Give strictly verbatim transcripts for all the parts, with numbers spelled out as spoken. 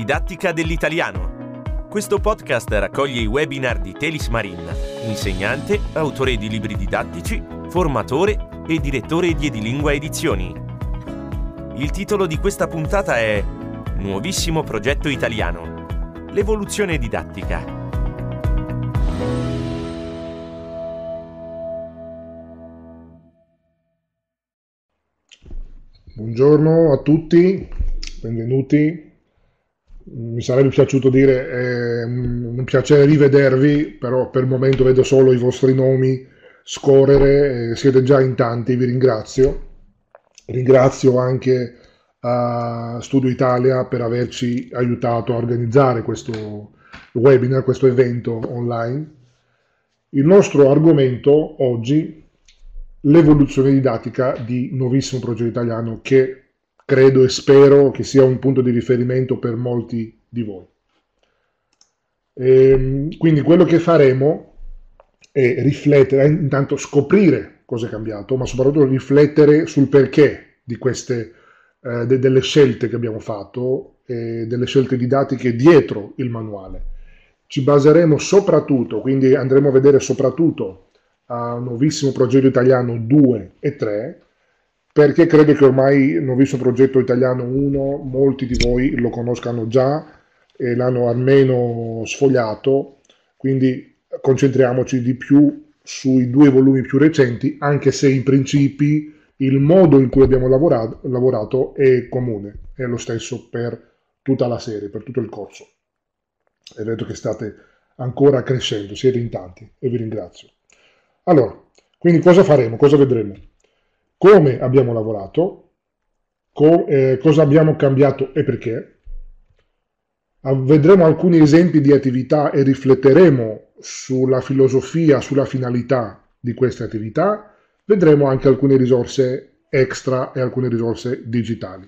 Didattica dell'italiano. Questo podcast raccoglie i webinar di Telis Marin, insegnante, autore di libri didattici, formatore e direttore di Edilingua Edizioni. Il titolo di questa puntata è Nuovissimo progetto italiano. L'evoluzione didattica. Buongiorno a tutti, benvenuti. Mi sarebbe piaciuto dire, è un piacere rivedervi, però per il momento vedo solo i vostri nomi scorrere, eh, siete già in tanti, vi ringrazio. Ringrazio anche a Studio Italia per averci aiutato a organizzare questo webinar, questo evento online. Il nostro argomento oggi, l'evoluzione didattica di Nuovissimo progetto italiano, che credo e spero che sia un punto di riferimento per molti di voi. E quindi quello che faremo è riflettere, intanto scoprire cosa è cambiato, ma soprattutto riflettere sul perché di queste eh, de- delle scelte che abbiamo fatto, e delle scelte didattiche dietro il manuale. Ci baseremo soprattutto, quindi andremo a vedere soprattutto a Nuovissimo progetto italiano due e tre, perché credo che ormai il Nuovissimo progetto italiano uno molti di voi lo conoscano già e l'hanno almeno sfogliato, quindi concentriamoci di più sui due volumi più recenti, anche se in principi il modo in cui abbiamo lavorato, lavorato è comune, è lo stesso per tutta la serie, per tutto il corso. E vedo che state ancora crescendo, siete in tanti e vi ringrazio. Allora, quindi cosa faremo? Cosa vedremo? Come abbiamo lavorato, co- eh, cosa abbiamo cambiato e perché. Ah, vedremo alcuni esempi di attività e rifletteremo sulla filosofia, sulla finalità di queste attività. Vedremo anche alcune risorse extra e alcune risorse digitali.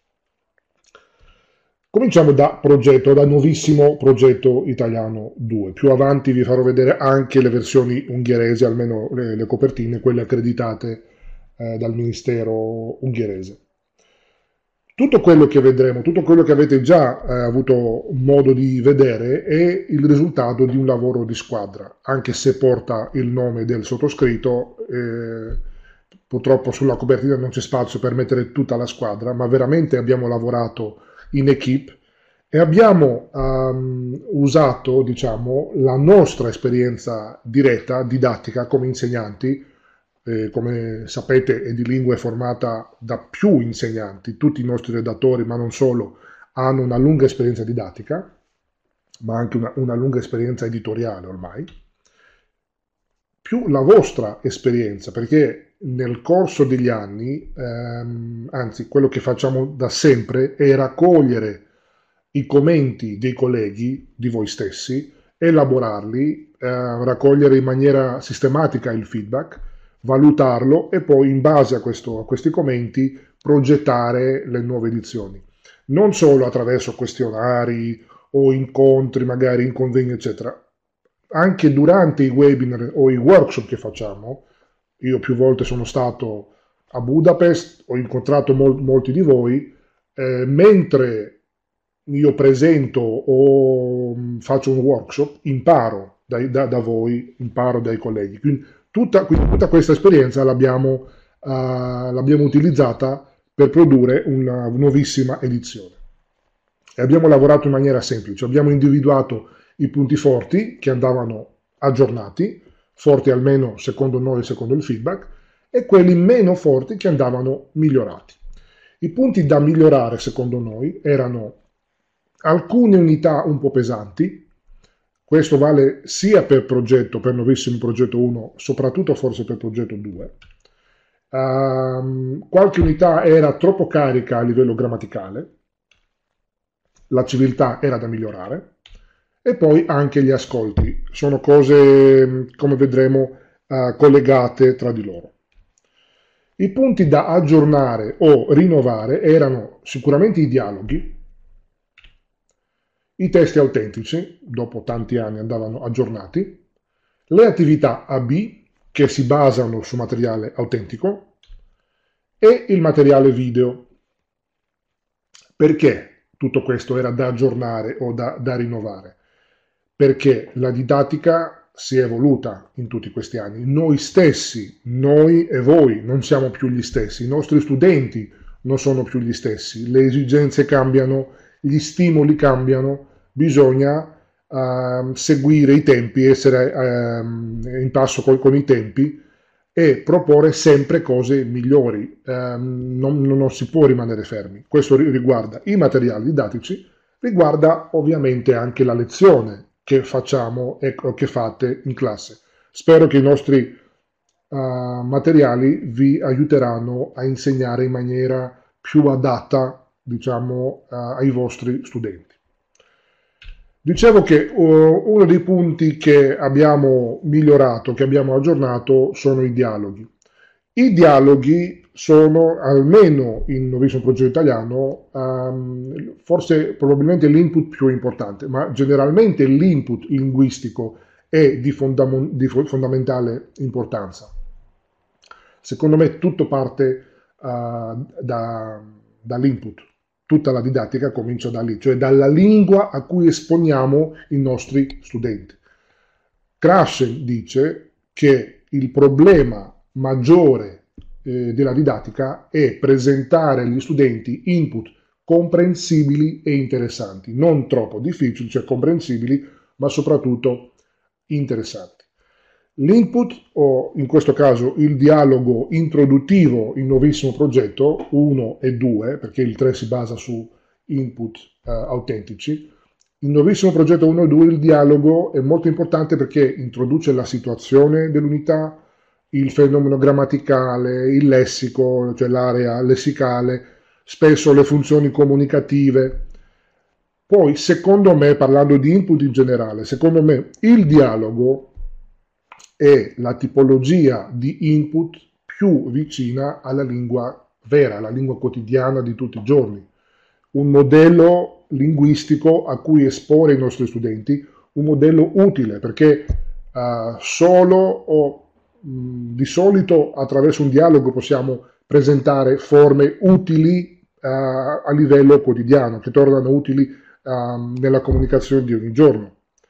Cominciamo da progetto, da Nuovissimo progetto italiano due. Più avanti vi farò vedere anche le versioni ungheresi, almeno le, le copertine, quelle accreditate eh, dal Ministero ungherese. Tutto quello che vedremo, tutto quello che avete già eh, avuto modo di vedere è il risultato di un lavoro di squadra, anche se porta il nome del sottoscritto. Eh, purtroppo sulla copertina non c'è spazio per mettere tutta la squadra, ma veramente abbiamo lavorato in equipe e abbiamo um, usato, diciamo, la nostra esperienza diretta, didattica come insegnanti. Eh, come sapete, Edilingua è formata da più insegnanti, tutti i nostri redattori, ma non solo, hanno una lunga esperienza didattica, ma anche una, una lunga esperienza editoriale ormai, più la vostra esperienza, perché nel corso degli anni, ehm, anzi quello che facciamo da sempre è raccogliere i commenti dei colleghi, di voi stessi, elaborarli, eh, raccogliere in maniera sistematica il feedback, valutarlo e poi in base a, questo, a questi commenti progettare le nuove edizioni. Non solo attraverso questionari o incontri, magari in convegni, eccetera. Anche durante i webinar o i workshop che facciamo, io più volte sono stato a Budapest, ho incontrato mol- molti di voi, eh, mentre io presento o mh, faccio un workshop, imparo dai, da, da voi, imparo dai colleghi. Quindi tutta, quindi tutta questa esperienza l'abbiamo, uh, l'abbiamo utilizzata per produrre una nuovissima edizione. E abbiamo lavorato in maniera semplice, abbiamo individuato i punti forti che andavano aggiornati, forti almeno secondo noi e secondo il feedback, e quelli meno forti che andavano migliorati. I punti da migliorare secondo noi erano alcune unità un po' pesanti, questo vale sia per progetto, per Nuovissimo progetto uno, soprattutto forse per progetto due. Um, qualche unità era troppo carica a livello grammaticale, la civiltà era da migliorare, e poi anche gli ascolti, sono cose, come vedremo, uh, collegate tra di loro. I punti da aggiornare o rinnovare erano sicuramente i dialoghi, i testi autentici, dopo tanti anni andavano aggiornati, le attività A B che si basano su materiale autentico e il materiale video. Perché? tutto questo era da aggiornare o da, da rinnovare, perché la didattica si è evoluta in tutti questi anni. Noi stessi, noi e voi, non siamo più gli stessi, i nostri studenti non sono più gli stessi, le esigenze cambiano, gli stimoli cambiano, bisogna uh, seguire i tempi, essere uh, in passo con, con i tempi e proporre sempre cose migliori, uh, non, non si può rimanere fermi. Questo riguarda i materiali didattici, riguarda ovviamente anche la lezione che facciamo e che fate in classe. Spero che i nostri uh, materiali vi aiuteranno a insegnare in maniera più adatta, diciamo, uh, ai vostri studenti. Dicevo che uh, uno dei punti che abbiamo migliorato, che abbiamo aggiornato, sono i dialoghi. I dialoghi sono, almeno in Nuovissimo Progetto Italiano, um, forse probabilmente l'input più importante, ma generalmente l'input linguistico è di, fondam- di fondamentale importanza. Secondo me tutto parte uh, da, dall'input, tutta la didattica comincia da lì, cioè dalla lingua a cui esponiamo i nostri studenti. Krashen dice che il problema maggiore eh, della didattica è presentare agli studenti input comprensibili e interessanti, non troppo difficili, cioè comprensibili, ma soprattutto interessanti. L'input, o in questo caso il dialogo introduttivo in Nuovissimo Progetto uno e due, perché il tre si basa su input eh, autentici, in Nuovissimo Progetto uno e due il dialogo è molto importante perché introduce la situazione dell'unità, il fenomeno grammaticale, il lessico, cioè l'area lessicale, spesso le funzioni comunicative. Poi, secondo me, parlando di input in generale, secondo me il dialogo è la tipologia di input più vicina alla lingua vera, alla lingua quotidiana di tutti i giorni. Un modello linguistico a cui esporre i nostri studenti, un modello utile, perché uh, solo o mh, di solito attraverso un dialogo possiamo presentare forme utili uh, a livello quotidiano, che tornano utili uh, nella comunicazione di ogni giorno.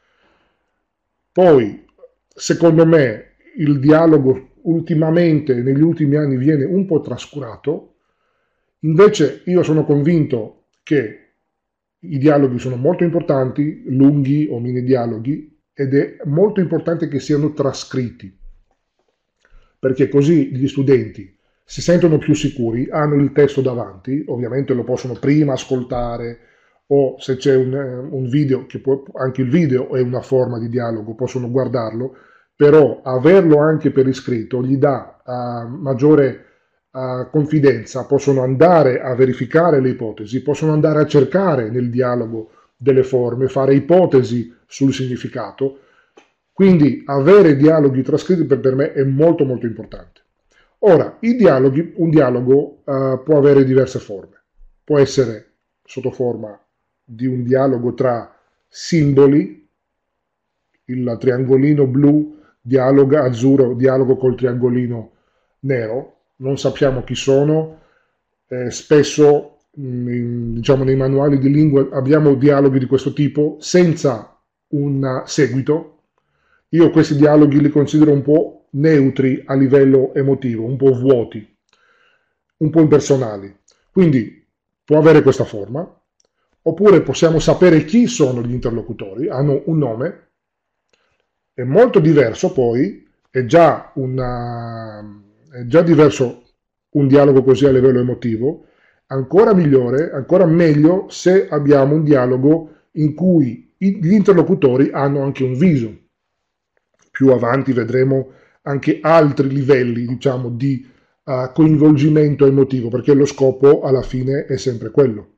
Poi, secondo me, il dialogo ultimamente, negli ultimi anni, viene un po' trascurato. Invece io sono convinto che i dialoghi sono molto importanti, lunghi o mini dialoghi, ed è molto importante che siano trascritti, perché così gli studenti si sentono più sicuri, hanno il testo davanti, ovviamente lo possono prima ascoltare, o se c'è un, un video, che può, anche il video è una forma di dialogo, possono guardarlo, però averlo anche per iscritto gli dà uh, maggiore uh, confidenza, possono andare a verificare le ipotesi, possono andare a cercare nel dialogo delle forme, fare ipotesi sul significato, quindi avere dialoghi trascritti per, per me è molto molto importante. Ora, i dialoghi, un dialogo uh, può avere diverse forme, può essere sotto forma di un dialogo tra simboli, il triangolino blu dialoga azzurro, dialogo col triangolino nero, non sappiamo chi sono, eh, spesso mh, diciamo nei manuali di lingua abbiamo dialoghi di questo tipo senza un seguito. Io questi dialoghi li considero un po' neutri a livello emotivo, un po' vuoti, un po' impersonali, quindi può avere questa forma. Oppure possiamo sapere chi sono gli interlocutori, hanno un nome, è molto diverso poi, è già, una, è già diverso un dialogo così a livello emotivo, ancora migliore, ancora meglio se abbiamo un dialogo in cui gli interlocutori hanno anche un viso. Più avanti vedremo anche altri livelli, diciamo, di uh, coinvolgimento emotivo, perché lo scopo alla fine è sempre quello.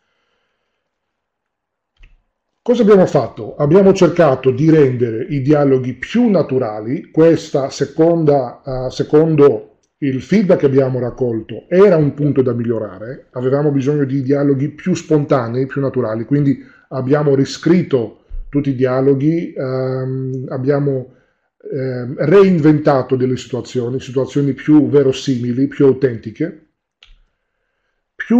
Cosa abbiamo fatto? Abbiamo cercato di rendere i dialoghi più naturali. Questa seconda, uh, secondo il feedback che abbiamo raccolto, era un punto da migliorare. Avevamo bisogno di dialoghi più spontanei, più naturali, quindi abbiamo riscritto tutti i dialoghi, um, abbiamo um, reinventato delle situazioni, situazioni più verosimili, più autentiche. Più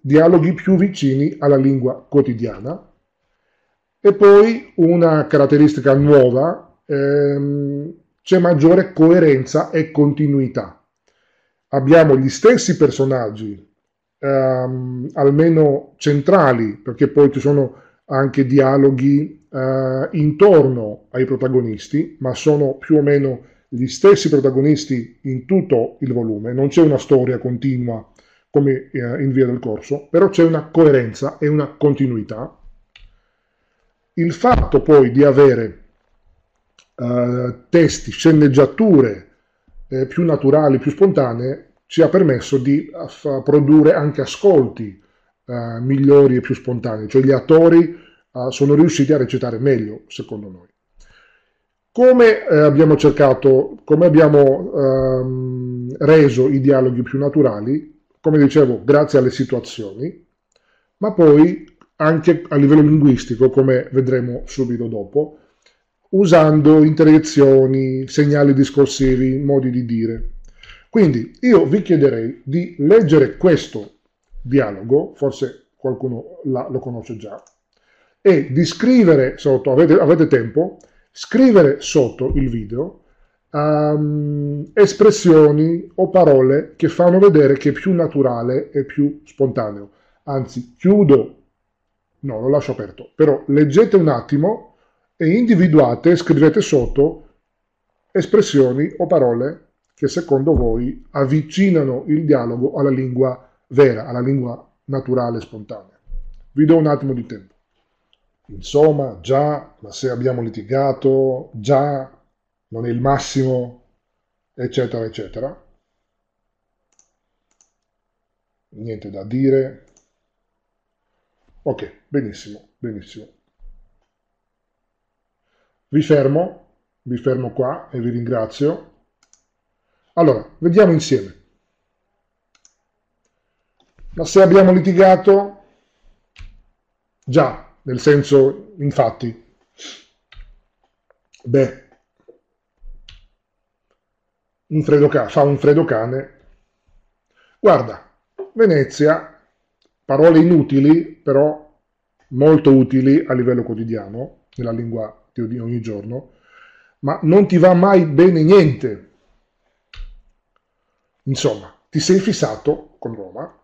dialoghi più vicini alla lingua quotidiana. E poi una caratteristica nuova, ehm, c'è maggiore coerenza e continuità. Abbiamo gli stessi personaggi, ehm, almeno centrali, perché poi ci sono anche dialoghi eh, intorno ai protagonisti, ma sono più o meno gli stessi protagonisti in tutto il volume, non c'è una storia continua come eh, in Via del Corso, però c'è una coerenza e una continuità. Il fatto poi di avere eh, testi, sceneggiature eh, più naturali, più spontanee, ci ha permesso di uh, produrre anche ascolti uh, migliori e più spontanei, cioè gli attori uh, sono riusciti a recitare meglio, secondo noi. Come eh, abbiamo cercato, come abbiamo um, reso i dialoghi più naturali, come dicevo, grazie alle situazioni, ma poi anche a livello linguistico, come vedremo subito dopo, usando interjezioni, segnali discorsivi, modi di dire. Quindi io vi chiederei di leggere questo dialogo, forse qualcuno la, lo conosce già, e di scrivere sotto, avete, avete tempo, scrivere sotto il video um, espressioni o parole che fanno vedere che è più naturale e più spontaneo. Anzi, chiudo, no, lo lascio aperto, però leggete un attimo e individuate, scrivete sotto espressioni o parole che secondo voi avvicinano il dialogo alla lingua vera, alla lingua naturale e spontanea. Vi do un attimo di tempo. Insomma, già, ma se abbiamo litigato, già, non è il massimo, eccetera, eccetera. Niente da dire. Ok, benissimo, benissimo. Vi fermo, vi fermo qua e vi ringrazio. Allora, vediamo insieme. Ma se abbiamo litigato, già, nel senso, infatti, beh, un freddo cane, fa un freddo cane. Guarda, Venezia, parole inutili, però molto utili a livello quotidiano, nella lingua di ogni giorno, ma non ti va mai bene niente. Insomma, ti sei fissato con Roma,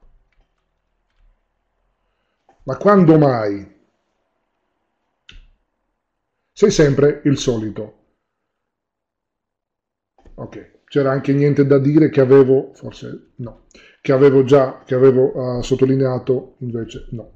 ma quando mai? Sei sempre il solito. Ok, c'era anche niente da dire che avevo, forse no, che avevo già, che avevo uh, sottolineato, invece no.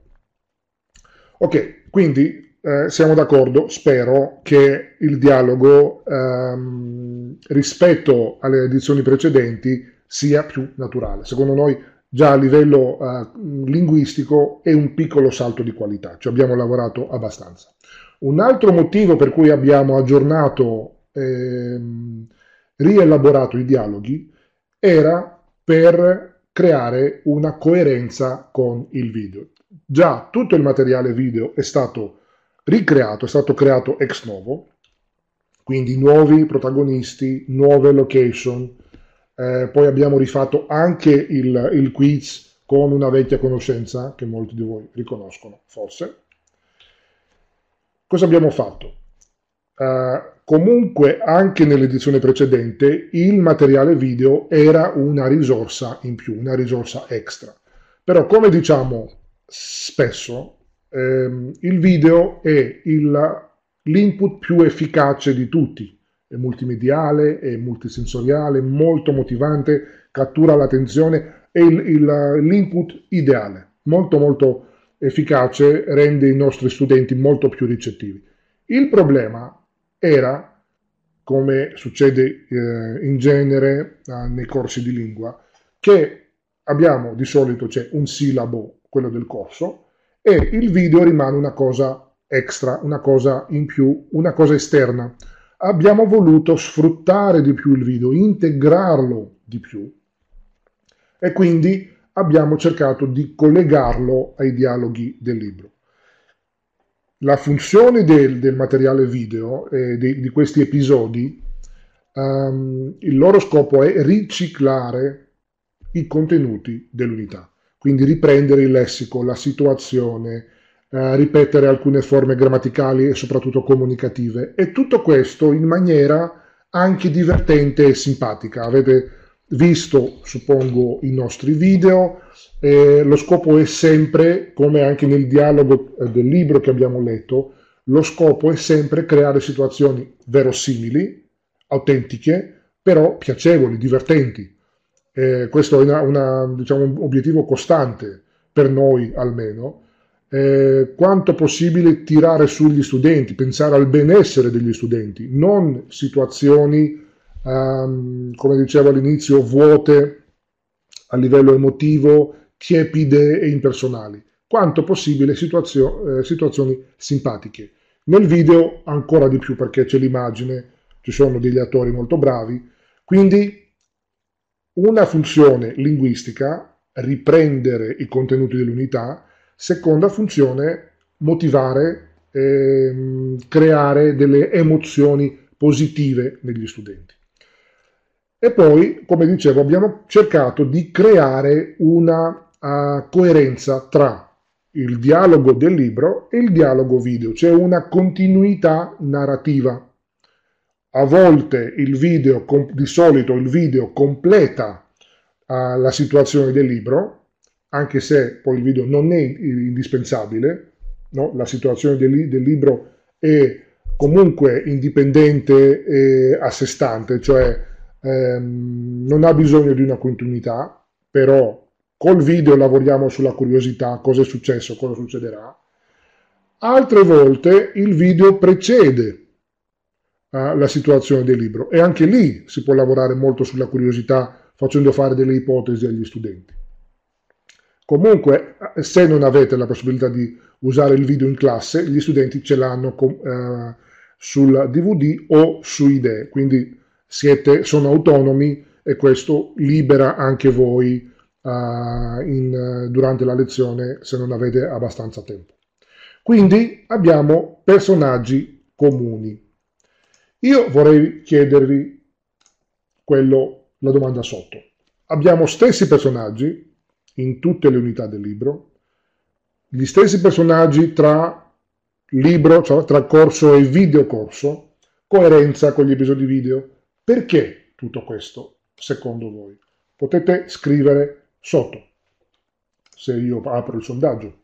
Ok, quindi eh, siamo d'accordo, spero che il dialogo ehm, rispetto alle edizioni precedenti sia più naturale. Secondo noi già a livello eh, linguistico è un piccolo salto di qualità, ci abbiamo lavorato abbastanza. Un altro motivo per cui abbiamo aggiornato e ehm, rielaborato i dialoghi era per creare una coerenza con il video. Già tutto il materiale video è stato ricreato, è stato creato ex novo, quindi nuovi protagonisti, nuove location. Eh, poi abbiamo rifatto anche il, il quiz con una vecchia conoscenza che molti di voi riconoscono, forse. Cosa abbiamo fatto? Eh, comunque, anche nell'edizione precedente, il materiale video era una risorsa in più, una risorsa extra. Però, come diciamo spesso, ehm, il video è l'input più efficace di tutti. È multimediale, è multisensoriale, molto motivante, cattura l'attenzione, è l'input ideale, molto molto efficace, rende i nostri studenti molto più ricettivi. Il problema era, come succede eh, in genere eh, nei corsi di lingua, che abbiamo di solito c'è un sillabo, quello del corso, e il video rimane una cosa extra, una cosa in più, una cosa esterna. Abbiamo voluto sfruttare di più il video, integrarlo di più e quindi abbiamo cercato di collegarlo ai dialoghi del libro. La funzione del, del materiale video e di, di questi episodi, um, il loro scopo è riciclare i contenuti dell'unità. quindi riprendere il lessico, la situazione, eh, ripetere alcune forme grammaticali e soprattutto comunicative, e tutto questo in maniera anche divertente e simpatica. Avete visto, suppongo, i nostri video. Eh, lo scopo è sempre, come anche nel dialogo eh, del libro che abbiamo letto, lo scopo è sempre creare situazioni verosimili, autentiche, però piacevoli, divertenti. Eh, questo è una, una, diciamo, un obiettivo costante per noi almeno. Eh, quanto possibile tirare sugli studenti, pensare al benessere degli studenti, non situazioni, um, come dicevo all'inizio, vuote a livello emotivo, tiepide e impersonali. Quanto possibile situazio- eh, situazioni simpatiche. Nel video ancora di più, perché c'è l'immagine, ci sono degli attori molto bravi, quindi una funzione linguistica, riprendere i contenuti dell'unità. Seconda funzione, motivare, ehm, creare delle emozioni positive negli studenti. E poi, come dicevo, abbiamo cercato di creare una uh, coerenza tra il dialogo del libro e il dialogo video, cioè una continuità narrativa. A volte il video, di solito il video completa uh, la situazione del libro, anche se poi il video non è indispensabile, no? La situazione del, del libro è comunque indipendente e a sé stante, cioè ehm, non ha bisogno di una continuità, però col video lavoriamo sulla curiosità, cosa è successo, cosa succederà. Altre volte il video precede la situazione del libro, e anche lì si può lavorare molto sulla curiosità facendo fare delle ipotesi agli studenti. Comunque, se non avete la possibilità di usare il video in classe, gli studenti ce l'hanno eh, sul D V D o su idee, quindi siete, sono autonomi, e questo libera anche voi uh, in, durante la lezione se non avete abbastanza tempo. Quindi abbiamo personaggi comuni. Io vorrei chiedervi quello, la domanda sotto. Abbiamo stessi personaggi in tutte le unità del libro, gli stessi personaggi tra libro, cioè tra corso e videocorso, coerenza con gli episodi video. Perché tutto questo, secondo voi? Potete scrivere sotto, se io apro il sondaggio.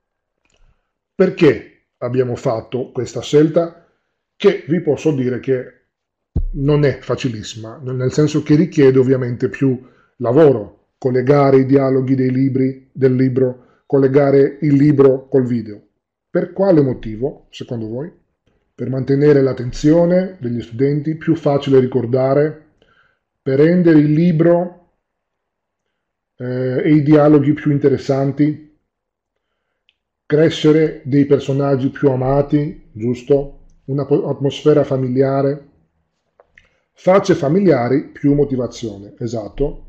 Perché abbiamo fatto questa scelta? Che vi posso dire che non è facilissima, nel senso che richiede ovviamente più lavoro, collegare i dialoghi dei libri, del libro, collegare il libro col video. Per quale motivo, secondo voi? Per mantenere l'attenzione degli studenti, più facile ricordare, per rendere il libro eh, e i dialoghi più interessanti, crescere dei personaggi più amati, giusto? Un'atmosfera familiare, facce familiari, più motivazione, esatto.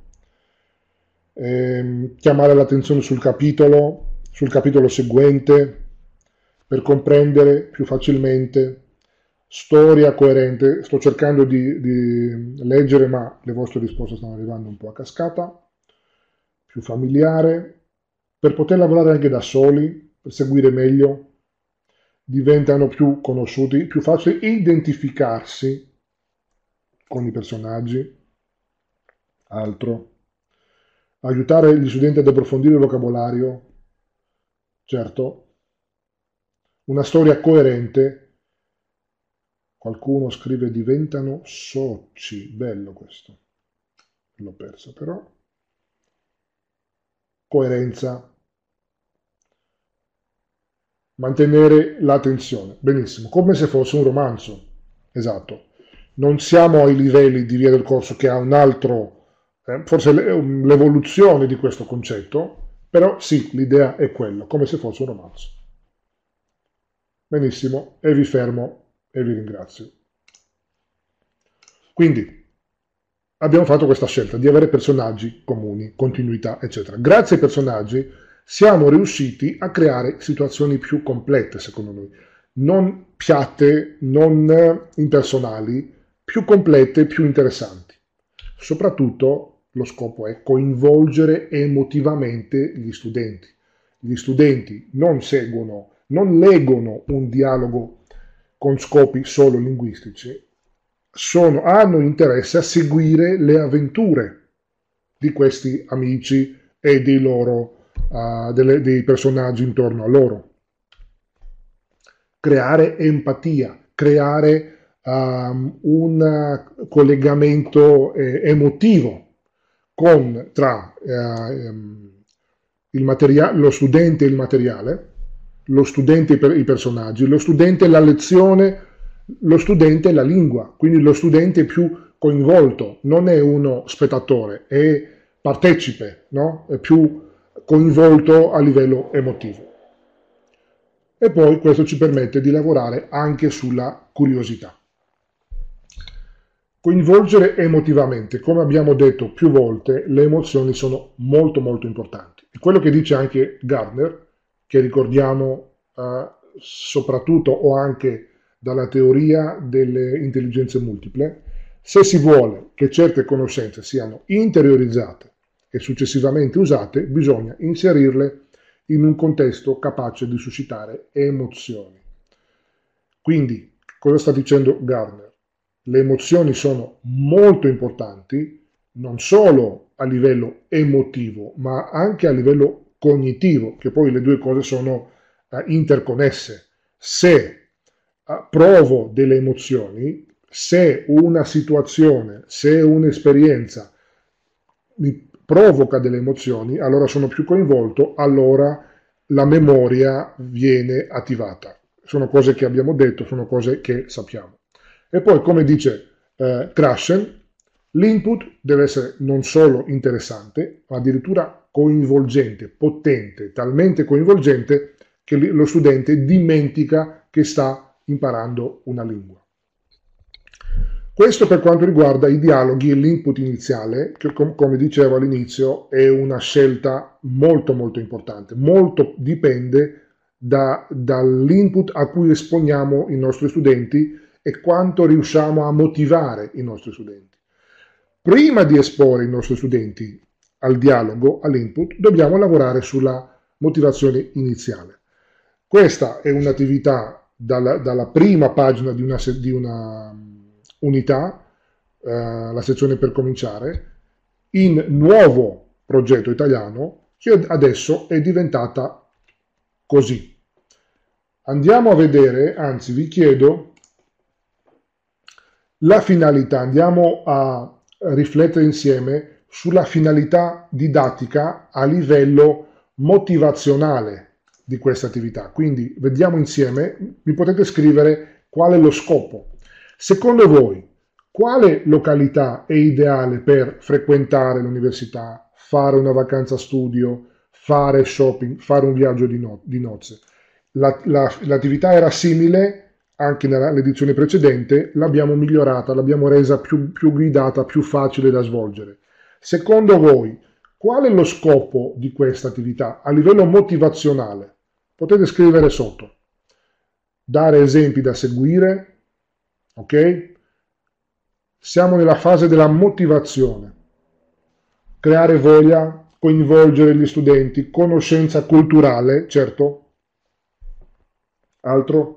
Ehm, chiamare l'attenzione sul capitolo, sul capitolo seguente, per comprendere più facilmente, storia coerente. Sto cercando di, di leggere, ma le vostre risposte stanno arrivando un po' a cascata. Più familiare, per poter lavorare anche da soli, per seguire meglio, diventano più conosciuti, più facile identificarsi con i personaggi. Altro, aiutare gli studenti ad approfondire il vocabolario, certo. Una storia coerente, qualcuno scrive diventano soci, bello questo, l'ho perso però. Coerenza, mantenere l'attenzione, benissimo, come se fosse un romanzo, esatto. Non siamo ai livelli di Via del Corso, che ha un altro, eh, forse l'evoluzione di questo concetto, però sì, l'idea è quella, come se fosse un romanzo. Benissimo, e vi fermo e vi ringrazio. Quindi abbiamo fatto questa scelta di avere personaggi comuni, continuità, eccetera. Grazie ai personaggi siamo riusciti a creare situazioni più complete, secondo noi, non piatte, non impersonali, più complete, più interessanti. Soprattutto Lo scopo è coinvolgere emotivamente gli studenti. Gli studenti non seguono, non leggono un dialogo con scopi solo linguistici, sono, hanno interesse a seguire le avventure di questi amici e dei loro, uh, delle, dei personaggi intorno a loro. Creare empatia, creare um, un collegamento eh, emotivo con, tra eh, il materia- lo studente e il materiale, lo studente e i personaggi, lo studente e la lezione, lo studente e la lingua, quindi lo studente è più coinvolto, non è uno spettatore, è partecipe, no? È più coinvolto a livello emotivo. E poi questo ci permette di lavorare anche sulla curiosità. Coinvolgere emotivamente, come abbiamo detto più volte, le emozioni sono molto molto importanti. E quello che dice anche Gardner, che ricordiamo eh, soprattutto o anche dalla teoria delle intelligenze multiple, se si vuole che certe conoscenze siano interiorizzate e successivamente usate, bisogna inserirle in un contesto capace di suscitare emozioni. Quindi, cosa sta dicendo Gardner? Le emozioni sono molto importanti, non solo a livello emotivo, ma anche a livello cognitivo, che poi le due cose sono eh, interconnesse. Se eh, provo delle emozioni, se una situazione, se un'esperienza mi provoca delle emozioni, allora sono più coinvolto, allora la memoria viene attivata. Sono cose che abbiamo detto, sono cose che sappiamo. E poi, come dice eh, Krashen, l'input deve essere non solo interessante, ma addirittura coinvolgente, potente, talmente coinvolgente che lo studente dimentica che sta imparando una lingua. Questo per quanto riguarda i dialoghi e l'input iniziale, che com- come dicevo all'inizio è una scelta molto molto importante, molto dipende da, dall'input a cui esponiamo i nostri studenti e quanto riusciamo a motivare i nostri studenti. Prima di esporre i nostri studenti al dialogo, all'input, dobbiamo lavorare sulla motivazione iniziale. Questa è un'attività dalla, dalla prima pagina di una, di una unità, eh, la sezione per cominciare, in nuovo progetto italiano, che adesso è diventata così. Andiamo a vedere, anzi vi chiedo la finalità, andiamo a riflettere insieme sulla finalità didattica a livello motivazionale di questa attività. Quindi vediamo insieme, mi potete scrivere qual è lo scopo. Secondo voi, quale località è ideale per frequentare l'università, fare una vacanza studio, fare shopping, fare un viaggio di, no- di nozze? La, la, l'attività era simile anche nell'edizione precedente, l'abbiamo migliorata, l'abbiamo resa più, più guidata, più facile da svolgere. Secondo voi, qual è lo scopo di questa attività a livello motivazionale? Potete scrivere sotto. Dare esempi da seguire, ok? Siamo nella fase della motivazione. Creare voglia, coinvolgere gli studenti, conoscenza culturale, certo. Altro?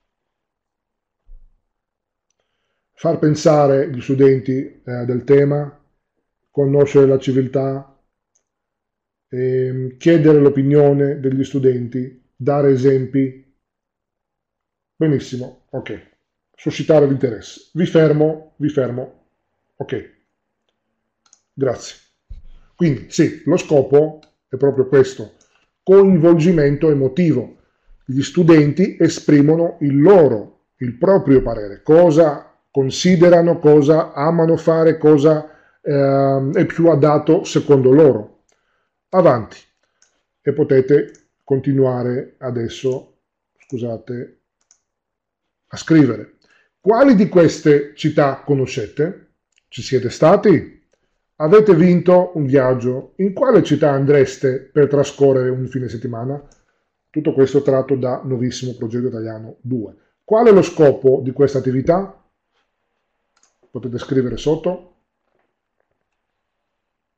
Far pensare gli studenti eh, del tema, conoscere la civiltà, ehm, chiedere l'opinione degli studenti, dare esempi. Benissimo, ok. Suscitare l'interesse. Vi fermo, vi fermo. Ok. Grazie. Quindi sì, lo scopo è proprio questo, coinvolgimento emotivo. Gli studenti esprimono il loro, il proprio parere, cosa considerano, cosa amano fare, cosa eh, è più adatto secondo loro. Avanti. E potete continuare adesso, scusate, a scrivere. Quali di queste città conoscete? Ci siete stati? Avete vinto un viaggio? In quale città andreste per trascorrere un fine settimana? Tutto questo tratto da Nuovissimo Progetto Italiano due. Qual è lo scopo di questa attività? Potete scrivere sotto.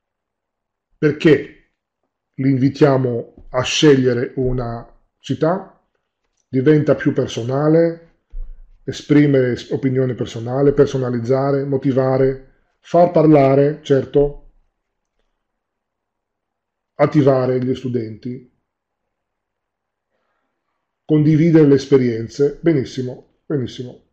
Perché li invitiamo a scegliere una città? Diventa più personale, esprimere opinione personale, personalizzare, motivare, far parlare, certo, attivare gli studenti, condividere le esperienze. Benissimo, benissimo.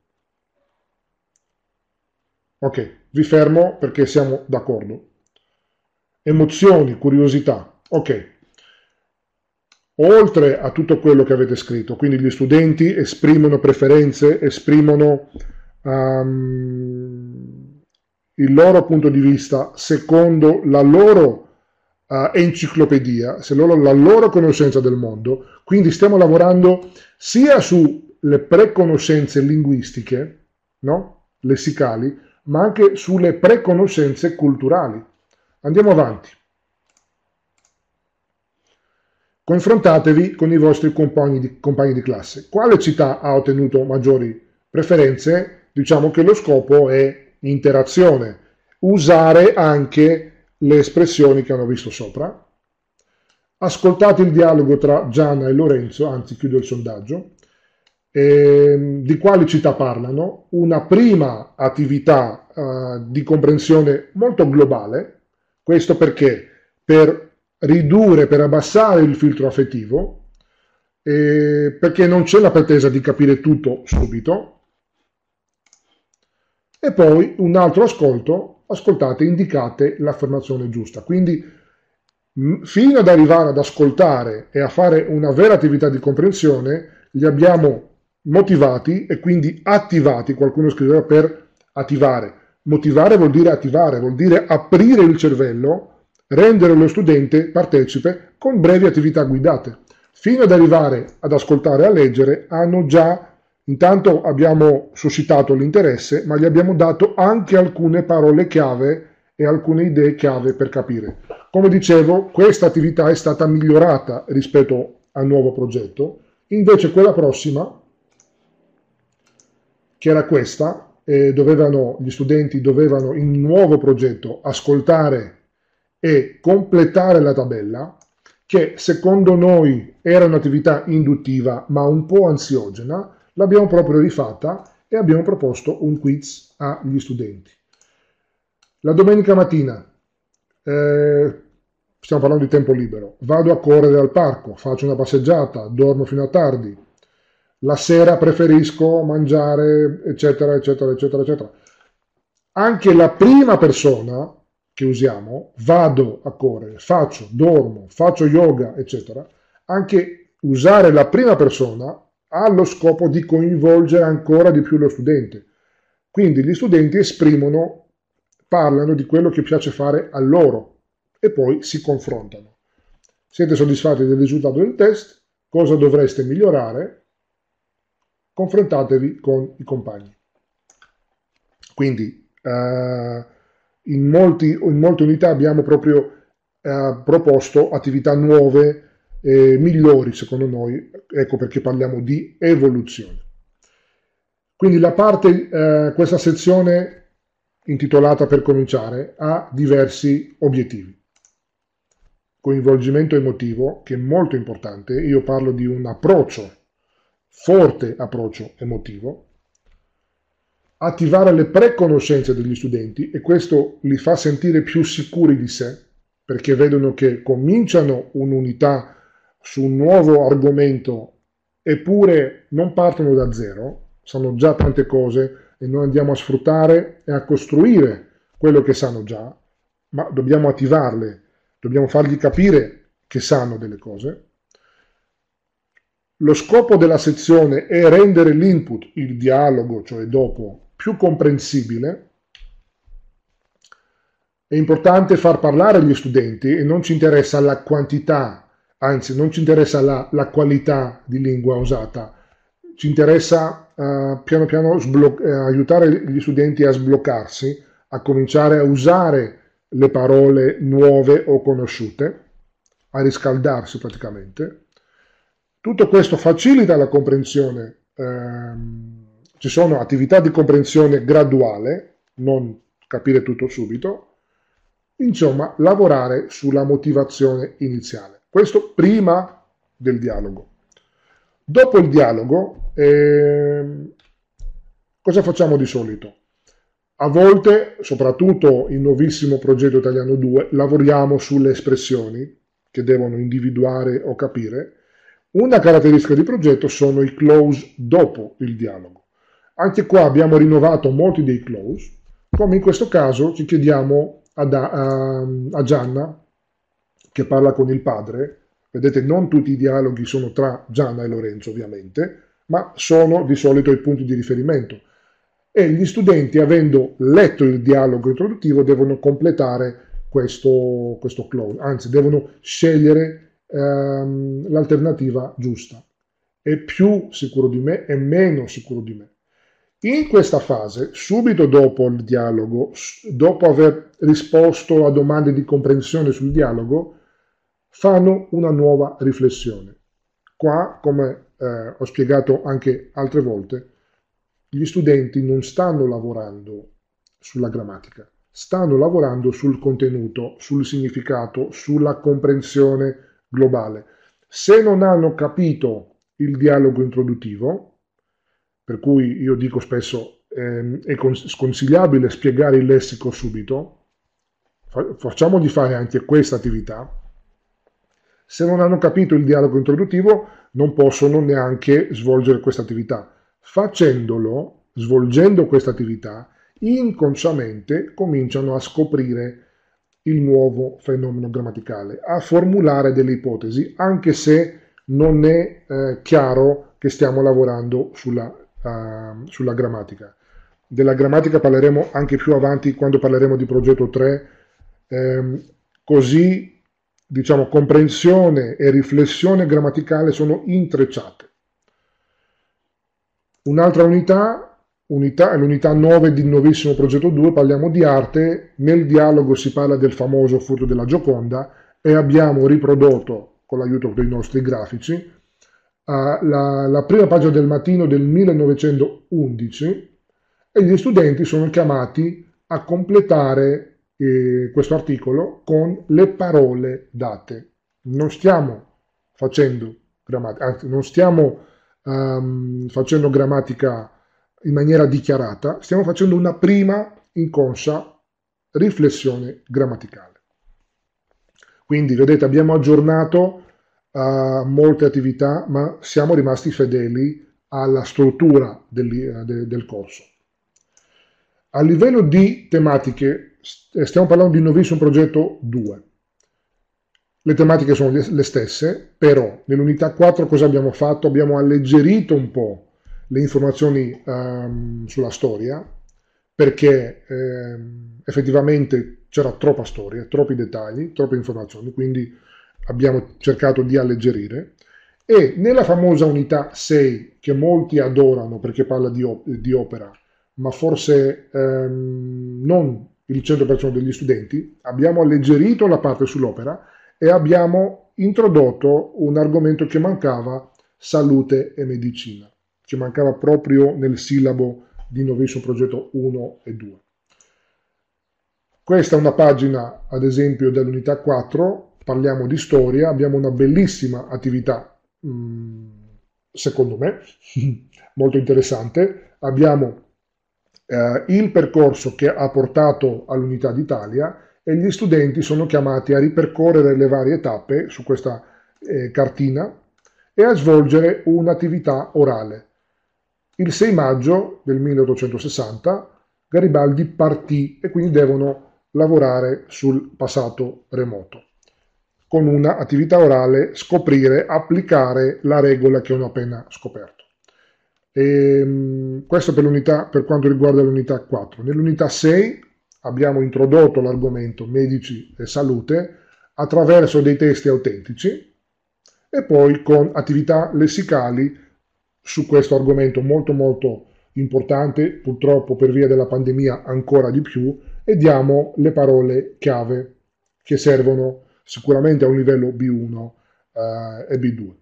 Ok, vi fermo perché siamo d'accordo. Emozioni, curiosità. Ok. Oltre a tutto quello che avete scritto, quindi gli studenti esprimono preferenze, esprimono um, il loro punto di vista secondo la loro uh, enciclopedia, se loro, la loro conoscenza del mondo, quindi stiamo lavorando sia sulle preconoscenze linguistiche, no? Lessicali, ma anche sulle preconoscenze culturali. Andiamo avanti. Confrontatevi con i vostri compagni di, compagni di classe. Quale città ha ottenuto maggiori preferenze? Diciamo che lo scopo è interazione, usare anche le espressioni che hanno visto sopra. Ascoltate il dialogo tra Gianna e Lorenzo, anzi chiudo il sondaggio. Eh, di quali città parlano? Una prima attività eh, di comprensione molto globale. Questo perché? Per ridurre, per abbassare il filtro affettivo, eh, perché non c'è la pretesa di capire tutto subito. E poi un altro ascolto, ascoltate, indicate l'affermazione giusta. Quindi mh, fino ad arrivare ad ascoltare e a fare una vera attività di comprensione, li abbiamo motivati e quindi attivati. Qualcuno scriveva per attivare. Motivare vuol dire attivare, vuol dire aprire il cervello, rendere lo studente partecipe con brevi attività guidate. Fino ad arrivare ad ascoltare e a leggere, hanno già, intanto abbiamo suscitato l'interesse, ma gli abbiamo dato anche alcune parole chiave e alcune idee chiave per capire. Come dicevo, questa attività è stata migliorata rispetto al nuovo progetto, invece quella prossima, che era questa, eh, dovevano, gli studenti dovevano in un nuovo progetto ascoltare e completare la tabella, che secondo noi era un'attività induttiva ma un po' ansiogena, l'abbiamo proprio rifatta e abbiamo proposto un quiz agli studenti. La domenica mattina, eh, stiamo parlando di tempo libero, vado a correre al parco, faccio una passeggiata, dormo fino a tardi, la sera preferisco mangiare, eccetera, eccetera, eccetera, eccetera. Anche la prima persona che usiamo, vado a correre, faccio, dormo, faccio yoga, eccetera, anche usare la prima persona ha lo scopo di coinvolgere ancora di più lo studente. Quindi gli studenti esprimono, parlano di quello che piace fare a loro e poi si confrontano. Siete soddisfatti del risultato del test? Cosa dovreste migliorare? Confrontatevi con i compagni. Quindi, eh, In, molti, in molte unità abbiamo proprio eh, proposto attività nuove, eh, migliori secondo noi, ecco perché parliamo di evoluzione. Quindi la parte, eh, questa sezione intitolata Per cominciare ha diversi obiettivi. Coinvolgimento emotivo, che è molto importante, io parlo di un approccio, forte approccio emotivo. Attivare le preconoscenze degli studenti e questo li fa sentire più sicuri di sé perché vedono che cominciano un'unità su un nuovo argomento eppure non partono da zero, sanno già tante cose e noi andiamo a sfruttare e a costruire quello che sanno già, ma dobbiamo attivarle, dobbiamo fargli capire che sanno delle cose. Lo scopo della sezione è rendere l'input, il dialogo, cioè dopo, più comprensibile. È importante far parlare gli studenti e non ci interessa la quantità, anzi non ci interessa la, la qualità di lingua usata, ci interessa uh, piano piano sbloc- eh, aiutare gli studenti a sbloccarsi, a cominciare a usare le parole nuove o conosciute, a riscaldarsi praticamente. Tutto questo facilita la comprensione. Ehm, ci sono attività di comprensione graduale, non capire tutto subito, Insomma, lavorare sulla motivazione iniziale. Questo prima del dialogo. Dopo il dialogo, eh, cosa facciamo di solito? A volte, soprattutto in Nuovissimo Progetto Italiano due, lavoriamo sulle espressioni che devono individuare o capire. Una caratteristica di progetto sono i close dopo il dialogo. Anche qua abbiamo rinnovato molti dei close, come in questo caso ci chiediamo a, a, a Gianna, che parla con il padre. Vedete, non tutti i dialoghi sono tra Gianna e Lorenzo, ovviamente, ma sono di solito i punti di riferimento. E gli studenti, avendo letto il dialogo introduttivo, devono completare questo, questo close, anzi, devono scegliere ehm, l'alternativa giusta. È più sicuro di me, è meno sicuro di me. In questa fase, subito dopo il dialogo, dopo aver risposto a domande di comprensione sul dialogo, fanno una nuova riflessione. Qua, come eh, ho spiegato anche altre volte, gli studenti non stanno lavorando sulla grammatica, stanno lavorando sul contenuto, sul significato, sulla comprensione globale. Se non hanno capito il dialogo introduttivo, per cui io dico spesso ehm, è sconsigliabile spiegare il lessico subito, fa- facciamogli fare anche questa attività. Se non hanno capito il dialogo introduttivo, non possono neanche svolgere questa attività. Facendolo, svolgendo questa attività, inconsciamente cominciano a scoprire il nuovo fenomeno grammaticale, a formulare delle ipotesi, anche se non è eh, chiaro che stiamo lavorando sulla, uh, sulla grammatica. Della grammatica parleremo anche più avanti quando parleremo di progetto tre, ehm, così diciamo comprensione e riflessione grammaticale sono intrecciate. Un'altra unità, unità è l'unità nove di Nuovissimo Progetto due, parliamo di arte, nel dialogo si parla del famoso furto della Gioconda e abbiamo riprodotto, con l'aiuto dei nostri grafici, uh, la, la prima pagina del Mattino del millenovecentoundici e gli studenti sono chiamati a completare eh, questo articolo con le parole date. Non stiamo facendo grammatica, anzi non stiamo um, facendo grammatica in maniera dichiarata, stiamo facendo una prima inconscia riflessione grammaticale. Quindi vedete, abbiamo aggiornato uh, molte attività, ma siamo rimasti fedeli alla struttura del, de, del corso. A livello di tematiche, stiamo parlando di Nuovissimo Progetto due. Le tematiche sono le stesse, però nell'unità quattro cosa abbiamo fatto? Abbiamo alleggerito un po' le informazioni um, sulla storia, perché ehm, effettivamente c'era troppa storia, troppi dettagli, troppe informazioni, quindi abbiamo cercato di alleggerire. E nella famosa unità sei, che molti adorano perché parla di, op- di opera, ma forse ehm, non il cento per cento degli studenti, abbiamo alleggerito la parte sull'opera e abbiamo introdotto un argomento che mancava, salute e medicina, che mancava proprio nel sillabo di Nuovissimo Progetto uno e due. Questa è una pagina, ad esempio, dell'unità quattro, parliamo di storia, abbiamo una bellissima attività, mh, secondo me, molto interessante. Abbiamo eh, il percorso che ha portato all'Unità d'Italia e gli studenti sono chiamati a ripercorrere le varie tappe su questa eh, cartina e a svolgere un'attività orale. Il sei maggio del milleottocentosessanta Garibaldi partì e quindi devono lavorare sul passato remoto. Con una attività orale scoprire, applicare la regola che ho appena scoperto. E, questo per, l'unità, per quanto riguarda l'unità quattro. Nell'unità sei abbiamo introdotto l'argomento medici e salute attraverso dei testi autentici e poi con attività lessicali su questo argomento molto molto importante, purtroppo per via della pandemia ancora di più, e diamo le parole chiave che servono sicuramente a un livello B uno eh, e B due.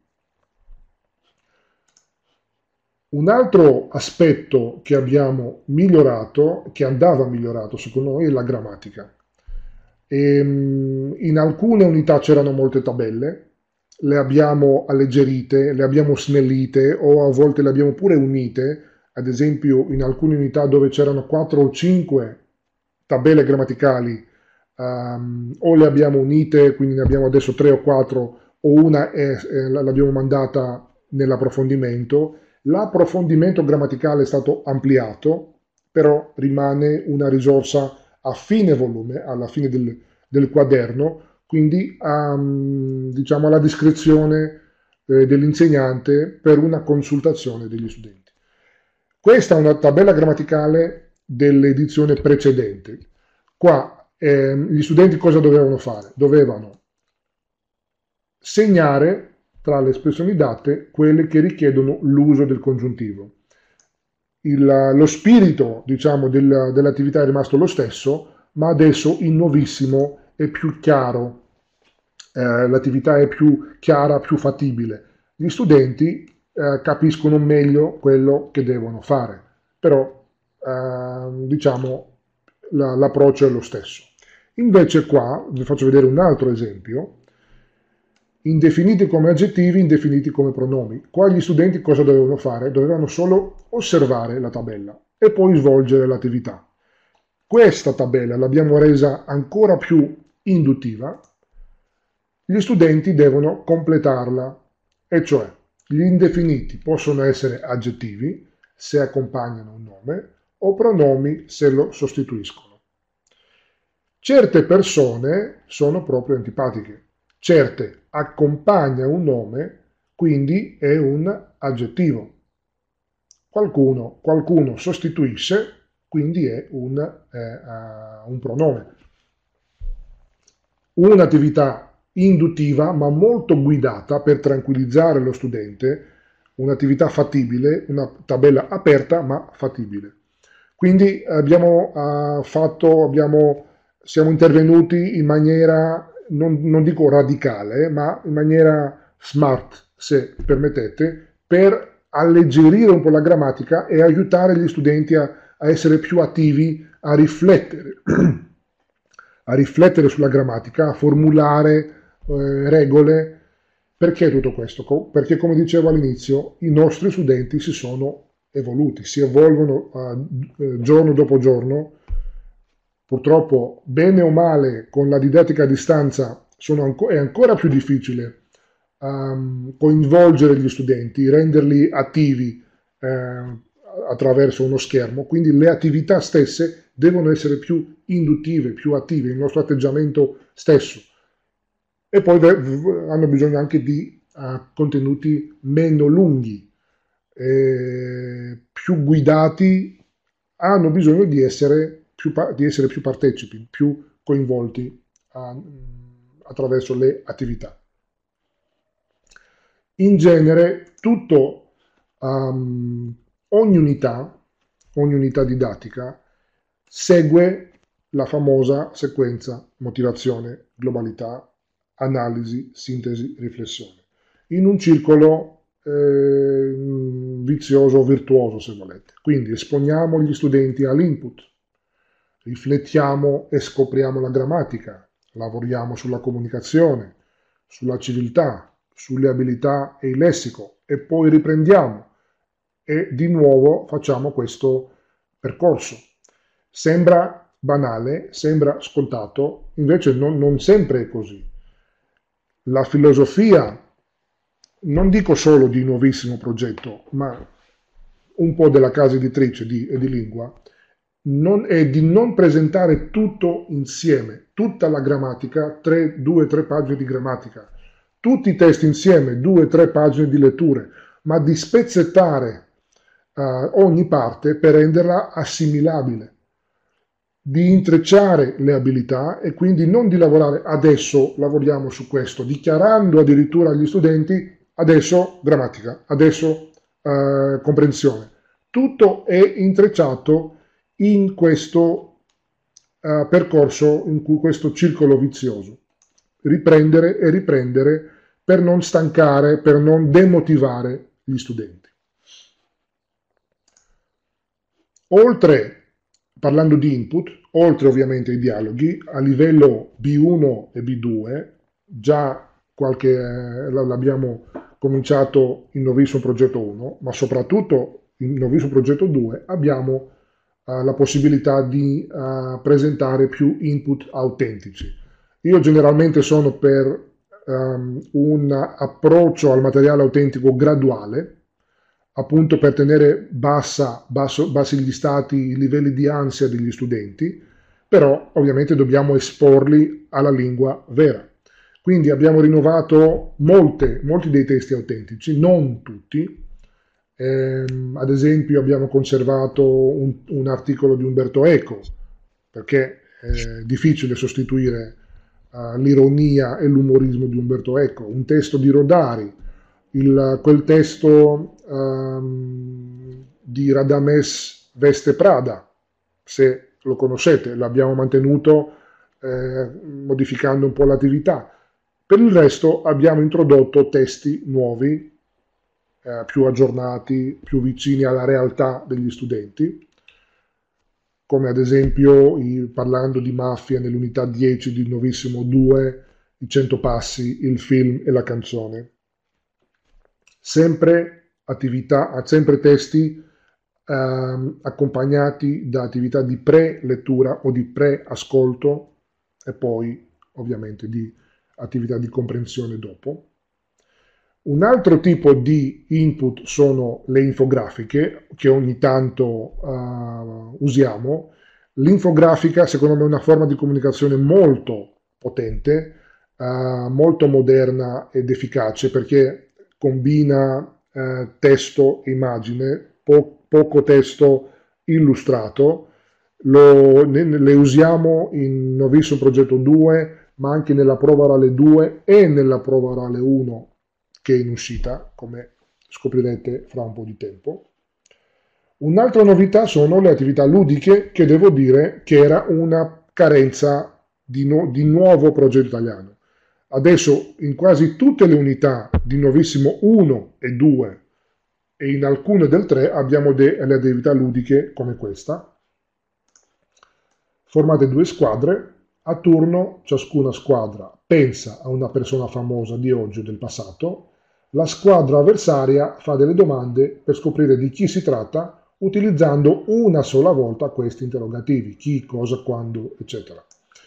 Un altro aspetto che abbiamo migliorato, che andava migliorato secondo noi, è la grammatica. E, mh, in alcune unità c'erano molte tabelle, le abbiamo alleggerite, le abbiamo snellite o a volte le abbiamo pure unite. Ad esempio, in alcune unità dove c'erano quattro o cinque tabelle grammaticali, ehm, o le abbiamo unite, quindi ne abbiamo adesso tre o quattro, o una è- è- l'abbiamo mandata nell'approfondimento. L'approfondimento grammaticale è stato ampliato, però rimane una risorsa a fine volume, alla fine del, del quaderno, quindi a, diciamo, alla discrezione eh, dell'insegnante per una consultazione degli studenti. Questa è una tabella grammaticale dell'edizione precedente. Qua eh, gli studenti cosa dovevano fare? Dovevano segnare tra le espressioni date quelle che richiedono l'uso del congiuntivo. Il, lo spirito, diciamo, del, dell'attività è rimasto lo stesso, ma adesso il nuovissimo è più chiaro, eh, l'attività è più chiara, più fattibile. Gli studenti eh, capiscono meglio quello che devono fare, però eh, diciamo la, l'approccio è lo stesso. Invece qua vi faccio vedere un altro esempio. Indefiniti come aggettivi, indefiniti come pronomi. Qua gli studenti cosa dovevano fare? Dovevano solo osservare la tabella e poi svolgere l'attività. Questa tabella l'abbiamo resa ancora più induttiva. Gli studenti devono completarla, e cioè gli indefiniti possono essere aggettivi se accompagnano un nome o pronomi se lo sostituiscono. Certe persone sono proprio antipatiche. Certe accompagna un nome, quindi è un aggettivo. Qualcuno, qualcuno sostituisce, quindi è un, eh, uh, un pronome. Un'attività induttiva ma molto guidata per tranquillizzare lo studente, un'attività fattibile, una tabella aperta ma fattibile. Quindi abbiamo uh, fatto, abbiamo, siamo intervenuti in maniera, non, non dico radicale, ma in maniera smart, se permettete, per alleggerire un po' la grammatica e aiutare gli studenti a, a essere più attivi, a riflettere, a riflettere sulla grammatica, a formulare eh, regole. Perché tutto questo? Perché, come dicevo all'inizio, i nostri studenti si sono evoluti, si evolvono eh, giorno dopo giorno. Purtroppo, bene o male, con la didattica a distanza sono anco- è ancora più difficile um, coinvolgere gli studenti, renderli attivi eh, attraverso uno schermo, quindi le attività stesse devono essere più induttive, più attive, il nostro atteggiamento stesso. E poi hanno bisogno anche di uh, contenuti meno lunghi, eh, più guidati, hanno bisogno di essere più, di essere più partecipi, più coinvolti uh, attraverso le attività. In genere, tutto, um, ogni unità, ogni unità didattica segue la famosa sequenza motivazione, globalità, analisi, sintesi, riflessione, in un circolo eh, vizioso o virtuoso, se volete. Quindi esponiamo gli studenti all'input, riflettiamo e scopriamo la grammatica, lavoriamo sulla comunicazione, sulla civiltà, sulle abilità e il lessico e poi riprendiamo e di nuovo facciamo questo percorso. Sembra banale, sembra scontato, invece non, non sempre è così. La filosofia, non dico solo di nuovissimo progetto, ma un po' della casa editrice di Edilingua, non, è di non presentare tutto insieme, tutta la grammatica, tre, due, tre pagine di grammatica, tutti i testi insieme, due, tre pagine di letture, ma di spezzettare uh, ogni parte per renderla assimilabile, di intrecciare le abilità e quindi non di lavorare adesso lavoriamo su questo, dichiarando addirittura agli studenti adesso grammatica, adesso uh, comprensione. Tutto è intrecciato in questo uh, percorso, in cui questo circolo vizioso. Riprendere e riprendere per non stancare, per non demotivare gli studenti. Oltre parlando di input, oltre ovviamente ai dialoghi, a livello B uno e B due, già qualche, eh, l'abbiamo cominciato in Novissimo Progetto uno, ma soprattutto in Novissimo Progetto due abbiamo eh, la possibilità di eh, presentare più input autentici. Io generalmente sono per um, un approccio al materiale autentico graduale, appunto per tenere bassa, basso, bassi gli stati, i livelli di ansia degli studenti, però ovviamente dobbiamo esporli alla lingua vera. Quindi abbiamo rinnovato molte, molti dei testi autentici, non tutti. Eh, ad esempio abbiamo conservato un, un articolo di Umberto Eco, perché è difficile sostituire uh, l'ironia e l'umorismo di Umberto Eco, un testo di Rodari, il, quel testo um, di Radames Veste Prada, se lo conoscete, l'abbiamo mantenuto eh, modificando un po' l'attività. Per il resto abbiamo introdotto testi nuovi, eh, più aggiornati, più vicini alla realtà degli studenti, come ad esempio i, parlando di mafia nell'unità dieci di Novissimo due, i cento passi, il film e la canzone. Sempre attività, sempre testi ehm, accompagnati da attività di pre-lettura o di pre-ascolto e poi ovviamente di attività di comprensione dopo. Un altro tipo di input sono le infografiche che ogni tanto uh, usiamo. L'infografica secondo me è una forma di comunicazione molto potente, uh, molto moderna ed efficace perché combina uh, testo e immagine, po- poco testo illustrato. Lo, ne, le usiamo in Novissimo Progetto due, ma anche nella prova orale due e nella prova orale uno che è in uscita, come scoprirete fra un po' di tempo. Un'altra novità sono le attività ludiche, che devo dire che era una carenza di, no, di nuovo progetto italiano. Adesso in quasi tutte le unità di Novissimo uno e due e in alcune del tre abbiamo delle attività ludiche come questa, formate due squadre. A turno ciascuna squadra pensa a una persona famosa di oggi o del passato, la squadra avversaria fa delle domande per scoprire di chi si tratta utilizzando una sola volta questi interrogativi, chi, cosa, quando, eccetera.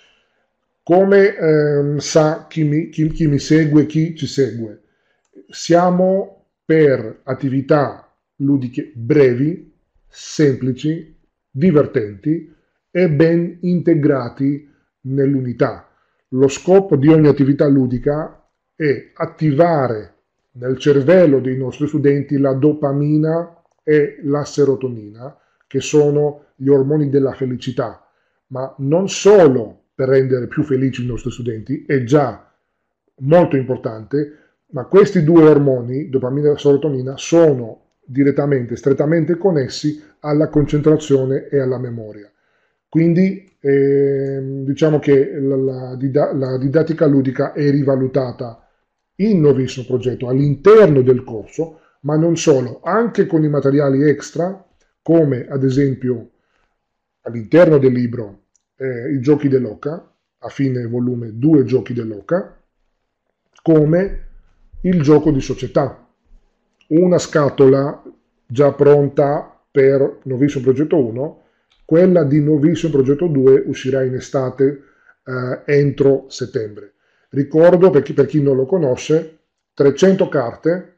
Come ehm, sa chi mi, chi, chi mi segue, chi ci segue, siamo per attività ludiche brevi, semplici, divertenti e ben integrati nell'unità. Lo scopo di ogni attività ludica è attivare nel cervello dei nostri studenti la dopamina e la serotonina, che sono gli ormoni della felicità, ma non solo per rendere più felici i nostri studenti, è già molto importante, ma questi due ormoni, dopamina e serotonina, sono direttamente, strettamente connessi alla concentrazione e alla memoria. Quindi eh, diciamo che la, la, la didattica ludica è rivalutata in Novissimo Progetto all'interno del corso, ma non solo, anche con i materiali extra, come ad esempio all'interno del libro eh, i giochi dell'Oca, a fine volume due giochi dell'Oca, come il gioco di società, una scatola già pronta per Novissimo Progetto uno. Quella di Novissimo Progetto due uscirà in estate eh, entro settembre. Ricordo, per chi, per chi non lo conosce, trecento carte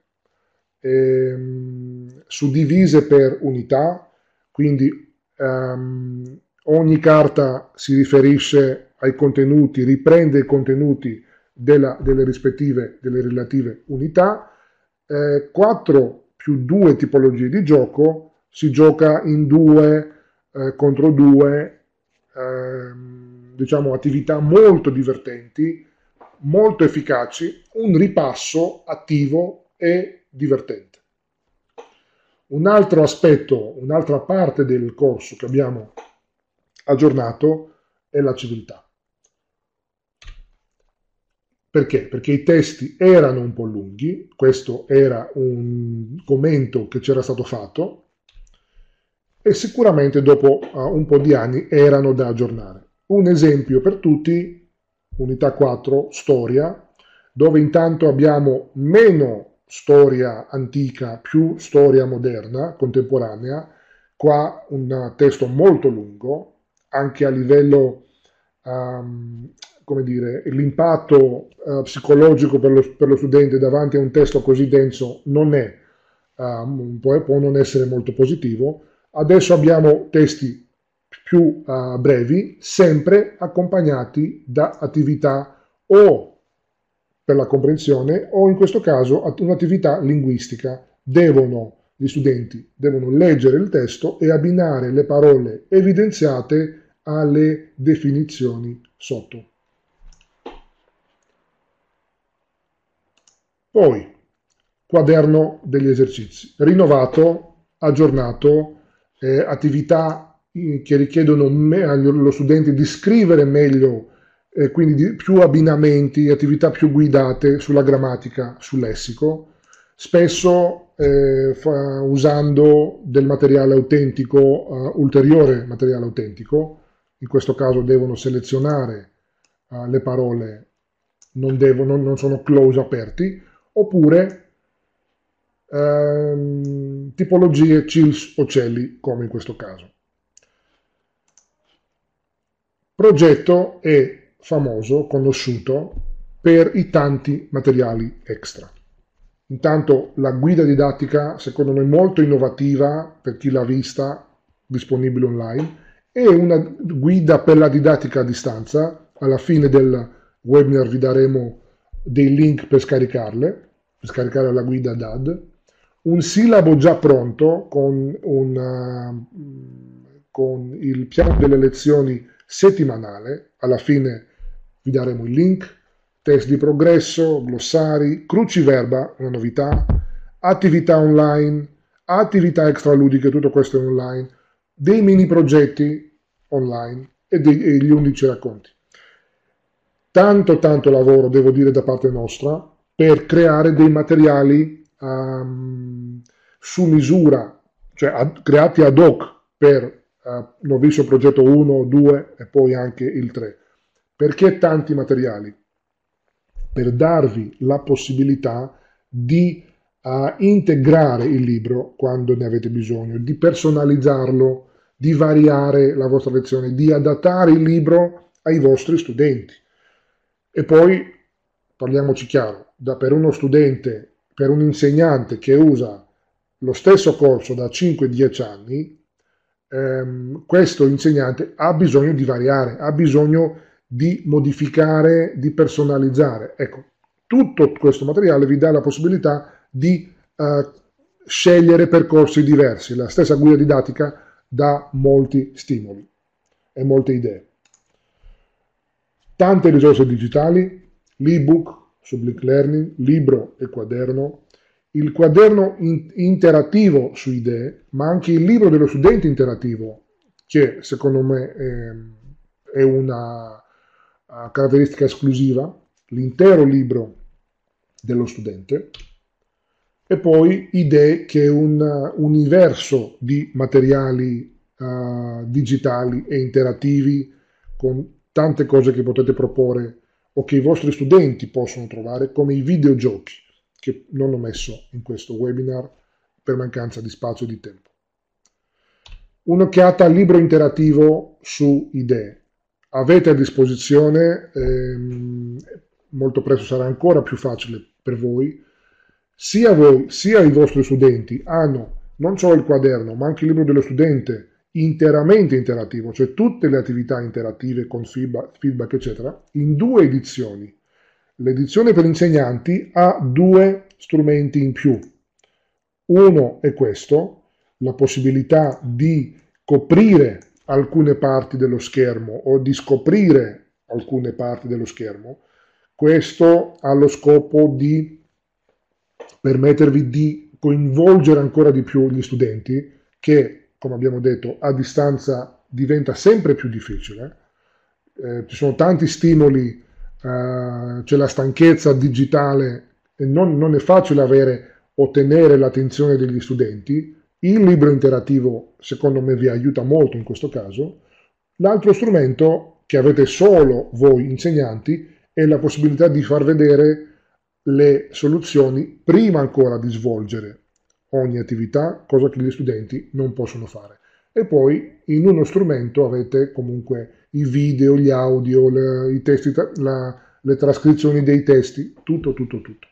ehm, suddivise per unità, quindi ehm, ogni carta si riferisce ai contenuti, riprende i contenuti della, delle rispettive, delle relative unità, eh, quattro più due tipologie di gioco, si gioca in due Eh, contro due, ehm, diciamo attività molto divertenti, molto efficaci, un ripasso attivo e divertente. Un altro aspetto, un'altra parte del corso che abbiamo aggiornato è la civiltà. Perché? Perché i testi erano un po' lunghi, questo era un commento che c'era stato fatto, e sicuramente dopo uh, un po' di anni erano da aggiornare. Un esempio per tutti, unità quattro, storia, dove intanto abbiamo meno storia antica, più storia moderna, contemporanea, qua un testo molto lungo, anche a livello, um, come dire, l'impatto uh, psicologico per lo, per lo studente davanti a un testo così denso non è, um, può, può non essere molto positivo. Adesso abbiamo testi più uh, brevi, sempre accompagnati da attività o per la comprensione o in questo caso un'attività linguistica. Devono, gli studenti devono leggere il testo e abbinare le parole evidenziate alle definizioni sotto. Poi, quaderno degli esercizi, rinnovato, aggiornato, eh, attività che richiedono allo studente di scrivere meglio, eh, quindi di più abbinamenti, attività più guidate sulla grammatica, sul lessico, spesso eh, fa, usando del materiale autentico, uh, ulteriore materiale autentico. In questo caso devono selezionare uh, le parole, non, devono, non sono close aperti, oppure ehm, tipologie Chills o Celli, come in questo caso. Progetto è famoso, conosciuto per i tanti materiali extra. Intanto la guida didattica, secondo me molto innovativa per chi l'ha vista, disponibile online, e una guida per la didattica a distanza. Alla fine del webinar vi daremo dei link per scaricarle, per scaricare la guida D A D, un sillabo già pronto con, una, con il piano delle lezioni settimanale. Alla fine vi daremo il link, test di progresso, glossari, cruciverba, una novità, attività online, attività extraludiche, tutto questo è online, dei mini progetti online e, dei, e gli undici racconti. Tanto tanto lavoro, devo dire, da parte nostra per creare dei materiali um, su misura, cioè ad, creati ad hoc per uh, Novicio Progetto uno, due e poi anche il tre. Perché tanti materiali? Per darvi la possibilità di uh, integrare il libro quando ne avete bisogno, di personalizzarlo, di variare la vostra lezione, di adattare il libro ai vostri studenti. E poi, parliamoci chiaro, da per uno studente, per un insegnante che usa lo stesso corso da cinque dieci anni, ehm, questo insegnante ha bisogno di variare, ha bisogno di modificare, di personalizzare. Ecco, tutto questo materiale vi dà la possibilità di eh, scegliere percorsi diversi. La stessa guida didattica dà molti stimoli e molte idee. Tante risorse digitali, l'ebook, Sublink Learning, libro e quaderno, il quaderno in interattivo su idee, ma anche il libro dello studente interattivo, che secondo me è, è una caratteristica esclusiva, l'intero libro dello studente, e poi idee, che è un universo di materiali uh, digitali e interattivi con tante cose che potete proporre o che i vostri studenti possono trovare, come i videogiochi, che non ho messo in questo webinar per mancanza di spazio e di tempo. Un'occhiata al libro interattivo su idee. Avete a disposizione, ehm, molto presto sarà ancora più facile per voi, sia voi sia i vostri studenti hanno non solo il quaderno ma anche il libro dello studente interamente interattivo, cioè tutte le attività interattive con feedback, feedback eccetera, in due edizioni. L'edizione per insegnanti ha due strumenti in più. Uno è questo, la possibilità di coprire alcune parti dello schermo o di scoprire alcune parti dello schermo. Questo ha lo scopo di permettervi di coinvolgere ancora di più gli studenti, che, come abbiamo detto, a distanza diventa sempre più difficile. Eh, ci sono tanti stimoli, eh, c'è la stanchezza digitale e non, non è facile avere, ottenere l'attenzione degli studenti. Il libro interattivo, secondo me, vi aiuta molto in questo caso. L'altro strumento che avete solo voi insegnanti è la possibilità di far vedere le soluzioni prima ancora di svolgere ogni attività, cosa che gli studenti non possono fare. E poi in uno strumento avete comunque i video, gli audio, le, i testi, la, le trascrizioni dei testi, tutto, tutto, tutto.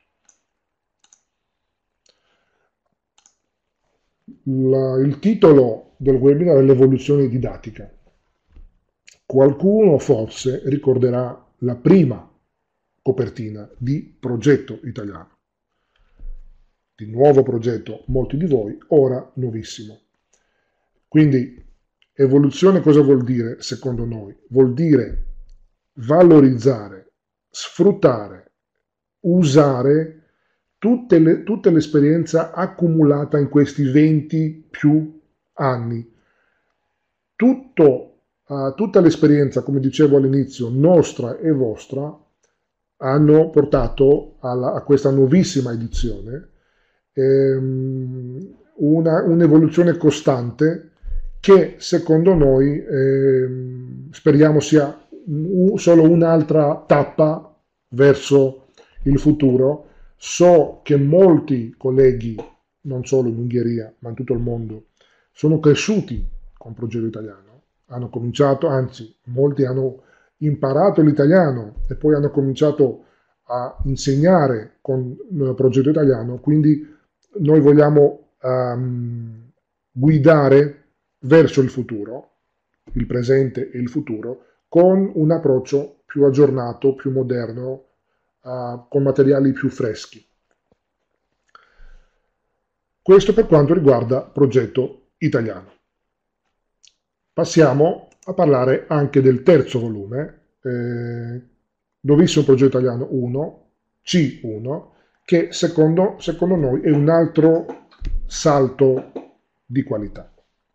La, il titolo del webinar è l'evoluzione didattica. Qualcuno forse ricorderà la prima copertina di Progetto Italiano. Di nuovo progetto, molti di voi, ora nuovissimo. Quindi evoluzione cosa vuol dire secondo noi? Vuol dire valorizzare, sfruttare, usare tutte le, tutta l'esperienza accumulata in questi venti più anni. Tutto, uh, tutta l'esperienza, come dicevo all'inizio, nostra e vostra, hanno portato alla, a questa nuovissima edizione ehm, una, un'evoluzione costante che secondo noi ehm, speriamo sia un, solo un'altra tappa verso il futuro. So che molti colleghi, non solo in Ungheria, ma in tutto il mondo, sono cresciuti con Progetto Italiano. Hanno cominciato, anzi, molti hanno imparato l'italiano e poi hanno cominciato a insegnare con il Progetto Italiano. Quindi noi vogliamo um, guidare verso il futuro, il presente e il futuro, con un approccio più aggiornato, più moderno, Uh, con materiali più freschi. Questo per quanto riguarda Progetto Italiano. Passiamo a parlare anche del terzo volume, eh, Nuovissimo Progetto Italiano uno, C uno, che secondo, secondo noi è un altro salto di qualità.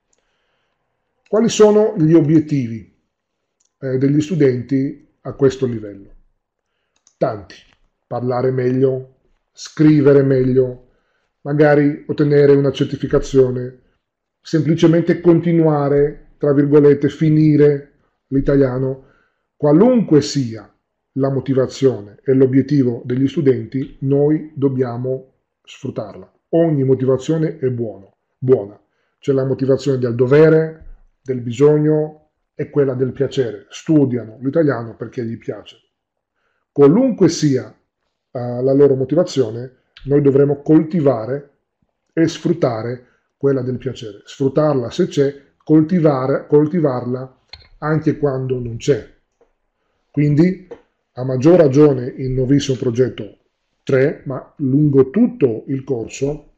Quali sono gli obiettivi eh, degli studenti a questo livello? Tanti, parlare meglio, scrivere meglio, magari ottenere una certificazione, semplicemente continuare, tra virgolette, finire l'italiano. Qualunque sia la motivazione e l'obiettivo degli studenti, noi dobbiamo sfruttarla. Ogni motivazione è buono, buona. C'è la motivazione del dovere, del bisogno e quella del piacere. Studiano l'italiano perché gli piace. Qualunque sia uh, la loro motivazione, noi dovremo coltivare e sfruttare quella del piacere. Sfruttarla se c'è, coltivare, coltivarla anche quando non c'è. Quindi, a maggior ragione il nuovissimo progetto tre, ma lungo tutto il corso,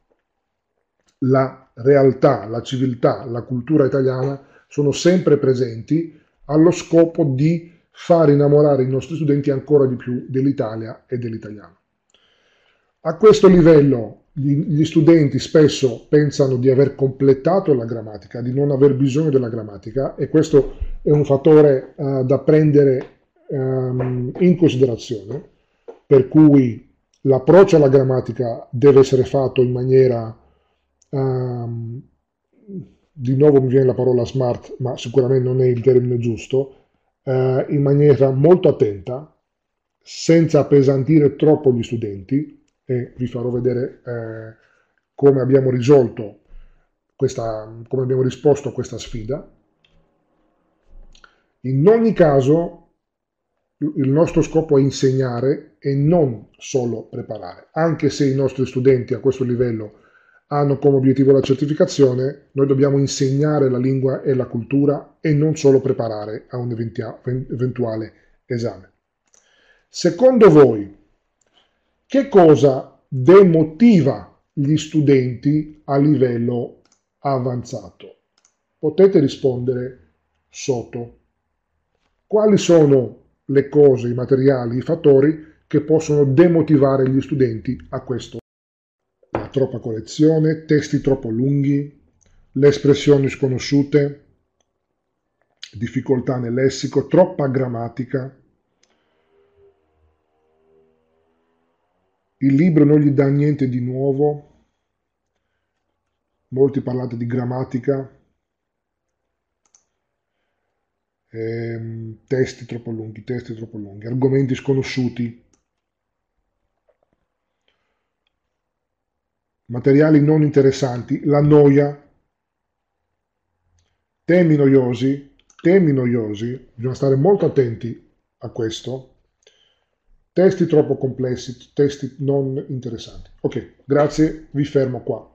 la realtà, la civiltà, la cultura italiana sono sempre presenti allo scopo di far innamorare i nostri studenti ancora di più dell'Italia e dell'italiano. A questo livello gli, gli studenti spesso pensano di aver completato la grammatica, di non aver bisogno della grammatica, e questo è un fattore uh, da prendere um, in considerazione, per cui l'approccio alla grammatica deve essere fatto in maniera, um, di nuovo mi viene la parola smart, ma sicuramente non è il termine giusto, Uh, in maniera molto attenta, senza appesantire troppo gli studenti, e vi farò vedere uh, come abbiamo risolto questa, come abbiamo risposto a questa sfida. In ogni caso, il nostro scopo è insegnare e non solo preparare. Anche se i nostri studenti a questo livello hanno come obiettivo la certificazione, noi dobbiamo insegnare la lingua e la cultura e non solo preparare a un eventuale esame. Secondo voi, che cosa demotiva gli studenti a livello avanzato? Potete rispondere sotto. Quali sono le cose, i materiali, i fattori che possono demotivare gli studenti a questo? La troppa correzione, testi troppo lunghi, le espressioni sconosciute, difficoltà nel lessico, troppa grammatica. Il libro non gli dà niente di nuovo. molti parlate di grammatica, ehm, testi troppo lunghi, testi troppo lunghi, argomenti sconosciuti, materiali non interessanti, la noia, temi noiosi, temi noiosi, bisogna stare molto attenti a questo, testi troppo complessi, testi non interessanti. Ok, grazie, vi fermo qua.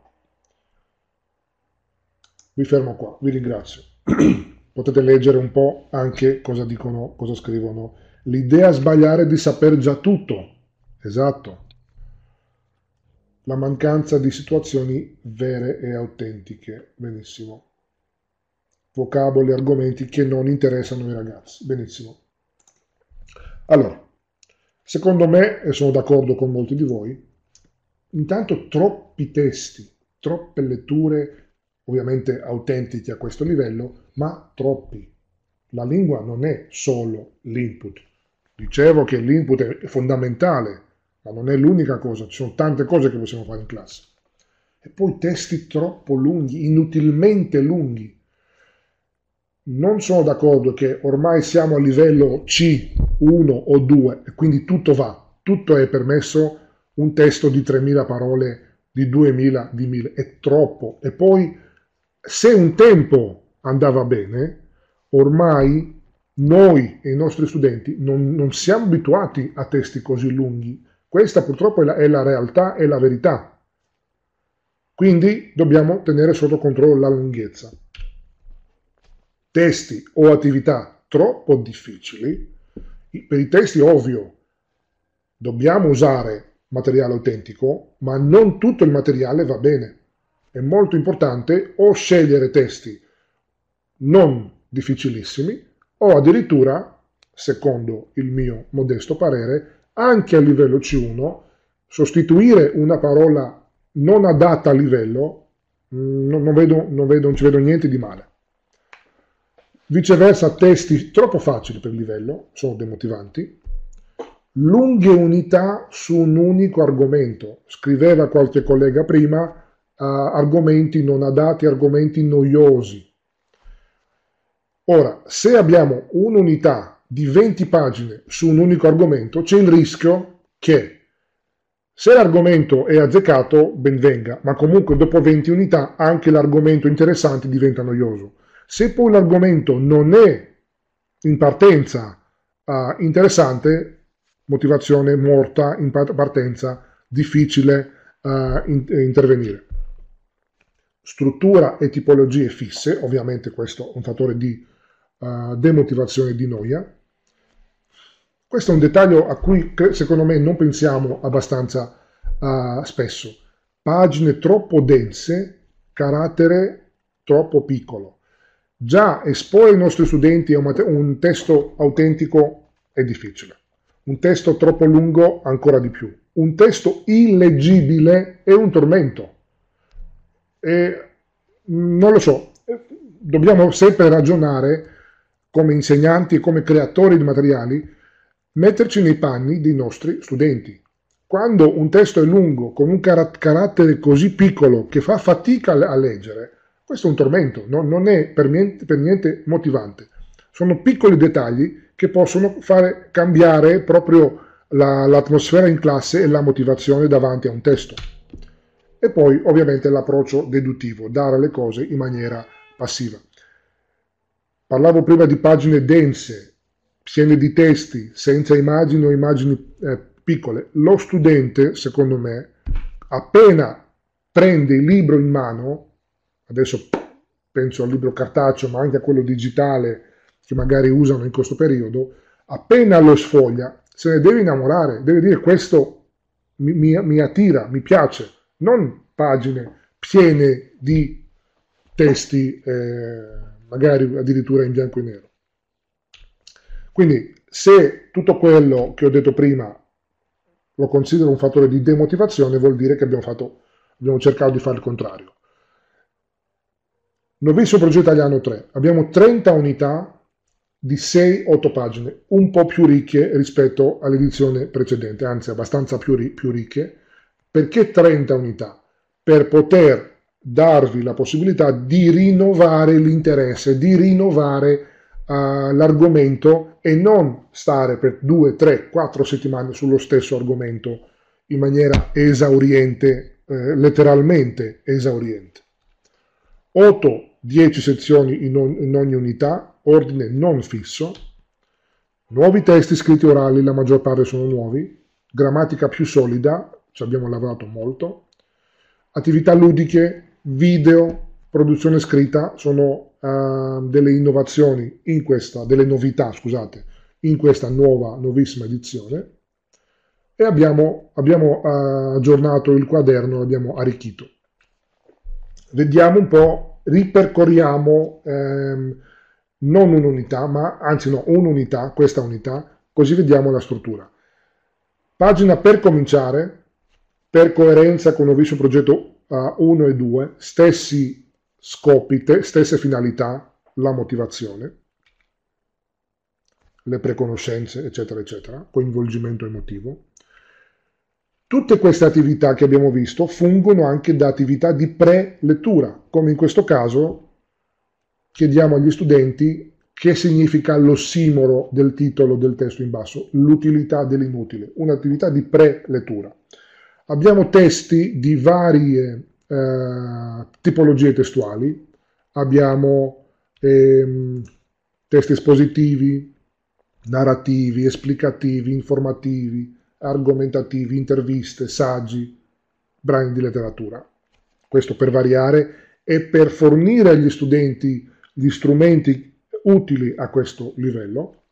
Vi fermo qua, vi ringrazio. Potete leggere un po' anche cosa dicono, cosa scrivono. L'idea sbagliare di saper già tutto. Esatto. La mancanza di situazioni vere e autentiche. Benissimo. Vocaboli, argomenti che non interessano i ragazzi. Benissimo. Allora, secondo me, e sono d'accordo con molti di voi, intanto troppi testi, troppe letture, ovviamente autentiche a questo livello, ma troppi. La lingua non è solo l'input. Dicevo che l'input è fondamentale, ma non è l'unica cosa, ci sono tante cose che possiamo fare in classe. E poi testi troppo lunghi, inutilmente lunghi. Non sono d'accordo che ormai siamo a livello C uno o due e quindi tutto va, tutto è permesso, un testo di tremila parole, di duemila, di mille, è troppo. E poi se un tempo andava bene, ormai noi e i nostri studenti non, non siamo abituati a testi così lunghi. Questa purtroppo è la, è la realtà, è la verità. Quindi dobbiamo tenere sotto controllo la lunghezza. Testi o attività troppo difficili, per i testi ovvio, dobbiamo usare materiale autentico, ma non tutto il materiale va bene. È molto importante o scegliere testi non difficilissimi o addirittura, secondo il mio modesto parere, anche a livello C uno, sostituire una parola non adatta a livello, non, non, vedo, non, vedo, non ci vedo niente di male. Viceversa, testi troppo facili per il livello sono demotivanti. Lunghe unità su un unico argomento. Scriveva qualche collega prima, uh, argomenti non adatti, argomenti noiosi. Ora, se abbiamo un'unità di venti pagine su un unico argomento, c'è il rischio che se l'argomento è azzeccato, ben venga, ma comunque dopo venti unità anche l'argomento interessante diventa noioso. Se poi l'argomento non è in partenza uh, interessante, motivazione morta, in partenza difficile uh, in, intervenire. Struttura e tipologie fisse, ovviamente questo è un fattore di uh, demotivazione e di noia. Questo è un dettaglio a cui secondo me non pensiamo abbastanza uh, spesso. Pagine troppo dense, carattere troppo piccolo. Già esporre ai nostri studenti un testo autentico è difficile. Un testo troppo lungo ancora di più. Un testo illeggibile è un tormento. E non lo so, dobbiamo sempre ragionare come insegnanti e come creatori di materiali, metterci nei panni dei nostri studenti. Quando un testo è lungo, con un car- carattere così piccolo che fa fatica a leggere, questo è un tormento, no? Non è per niente, per niente motivante. Sono piccoli dettagli che possono fare cambiare proprio la, l'atmosfera in classe e la motivazione davanti a un testo. E poi ovviamente l'approccio deduttivo, dare le cose in maniera passiva. Parlavo prima di pagine dense, piene di testi, senza immagini o immagini eh, piccole. Lo studente, secondo me, appena prende il libro in mano, adesso penso al libro cartaceo, ma anche a quello digitale che magari usano in questo periodo, appena lo sfoglia, se ne deve innamorare, deve dire questo mi, mi, mi attira, mi piace, non pagine piene di testi, eh, magari addirittura in bianco e nero. Quindi se tutto quello che ho detto prima lo considero un fattore di demotivazione, vuol dire che abbiamo, fatto, abbiamo cercato di fare il contrario. Novissimo progetto italiano tre. Abbiamo trenta unità di sei otto pagine, un po' più ricche rispetto all'edizione precedente, anzi abbastanza più, più ricche. Perché trenta unità? Per poter darvi la possibilità di rinnovare l'interesse, di rinnovare uh, l'argomento e non stare per due, tre, quattro settimane sullo stesso argomento in maniera esauriente, eh, letteralmente esauriente. otto dieci sezioni in, on- in ogni unità, ordine non fisso, nuovi testi scritti orali, la maggior parte sono nuovi, grammatica più solida, ci abbiamo lavorato molto, attività ludiche, video, produzione scritta, sono uh, delle innovazioni in questa, delle novità, scusate, in questa nuova, nuovissima edizione, e abbiamo, abbiamo uh, aggiornato il quaderno, l'abbiamo arricchito. Vediamo un po', ripercorriamo ehm, non un'unità, ma anzi no, un'unità, questa unità, così vediamo la struttura. Pagina per cominciare, per coerenza con Novicio Progetto uno e due, stessi scopi, te, stesse finalità, la motivazione, le preconoscenze, eccetera, eccetera, coinvolgimento emotivo. Tutte queste attività che abbiamo visto fungono anche da attività di pre-lettura, come in questo caso chiediamo agli studenti che significa l'ossimoro del titolo del testo in basso, l'utilità dell'inutile, un'attività di pre-lettura. Abbiamo testi di varie eh, tipologie testuali, abbiamo ehm, testi espositivi, narrativi, esplicativi, informativi, argomentativi, interviste, saggi, brani di letteratura. Questo per variare e per fornire agli studenti gli strumenti utili a questo livello.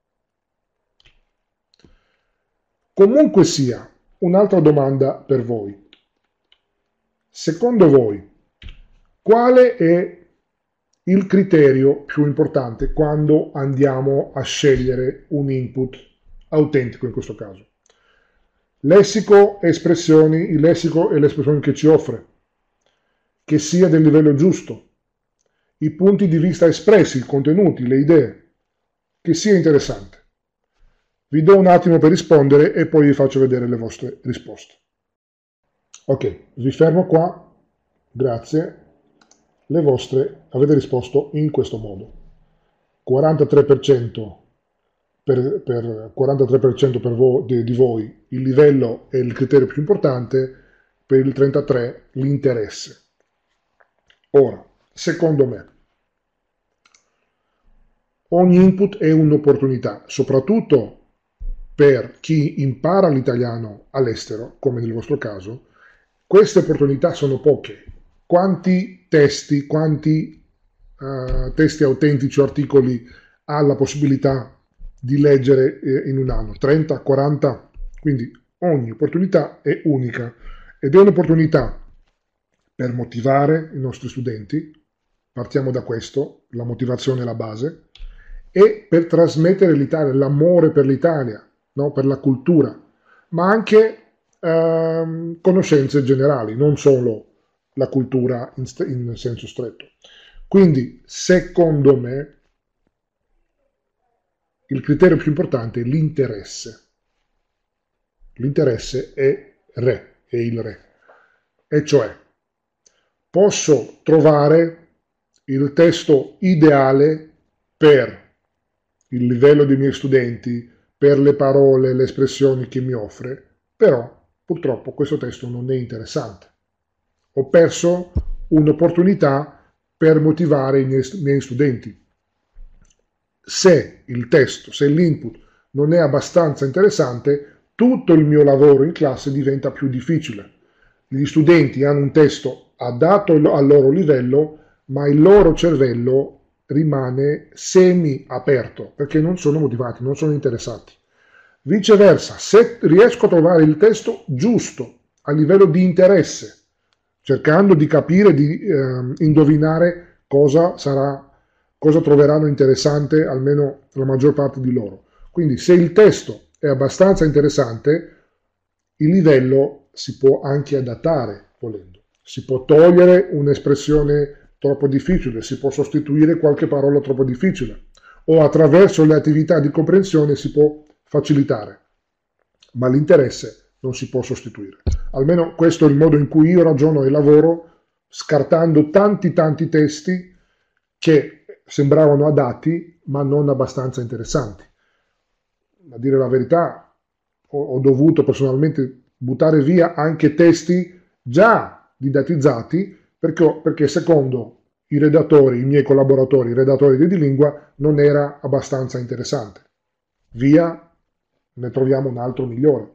Comunque sia, un'altra domanda per voi. Secondo voi, quale è il criterio più importante quando andiamo a scegliere un input autentico in questo caso? Lessico, espressioni, il lessico e le espressioni che ci offre, che sia del livello giusto, i punti di vista espressi, i contenuti, le idee, che sia interessante. Vi do un attimo per rispondere e poi vi faccio vedere le vostre risposte. Ok, vi fermo qua, grazie. Le vostre avete risposto in questo modo. quarantatré per cento per, per, quarantatré per cento per vo, di, di voi il livello è il criterio più importante, per il trentatré per cento l'interesse. Ora, secondo me, ogni input è un'opportunità, soprattutto per chi impara l'italiano all'estero, come nel vostro caso. Queste opportunità sono poche. Quanti testi, quanti uh, testi autentici o articoli ha la possibilità di leggere eh, in un anno? trenta, quaranta? Quindi ogni opportunità è unica ed è un'opportunità per motivare i nostri studenti, partiamo da questo, la motivazione è la base, e per trasmettere l'Italia, l'amore per l'Italia, no? Per la cultura, ma anche ehm, conoscenze generali, non solo la cultura in, in senso stretto. Quindi, secondo me, il criterio più importante è l'interesse. L'interesse è re, è il re. E cioè, posso trovare il testo ideale per il livello dei miei studenti, per le parole, le espressioni che mi offre, però purtroppo questo testo non è interessante. Ho perso un'opportunità per motivare i miei, i miei studenti. Se il testo, se l'input non è abbastanza interessante, tutto il mio lavoro in classe diventa più difficile. Gli studenti hanno un testo adatto al loro livello, ma il loro cervello rimane semi-aperto perché non sono motivati, non sono interessati. Viceversa, se riesco a trovare il testo giusto a livello di interesse, cercando di capire, di eh, indovinare cosa sarà, cosa troveranno interessante almeno la maggior parte di loro. Quindi se il testo è abbastanza interessante, il livello si può anche adattare volendo. Si può togliere un'espressione troppo difficile, si può sostituire qualche parola troppo difficile o attraverso le attività di comprensione si può facilitare, ma l'interesse non si può sostituire. Almeno questo è il modo in cui io ragiono e lavoro scartando tanti tanti testi che sembravano adatti ma non abbastanza interessanti. A dire la verità, ho, ho dovuto personalmente buttare via anche testi già didatizzati perché, perché secondo i redattori, i miei collaboratori, i redattori di lingua, non era abbastanza interessante. Via, ne troviamo un altro migliore.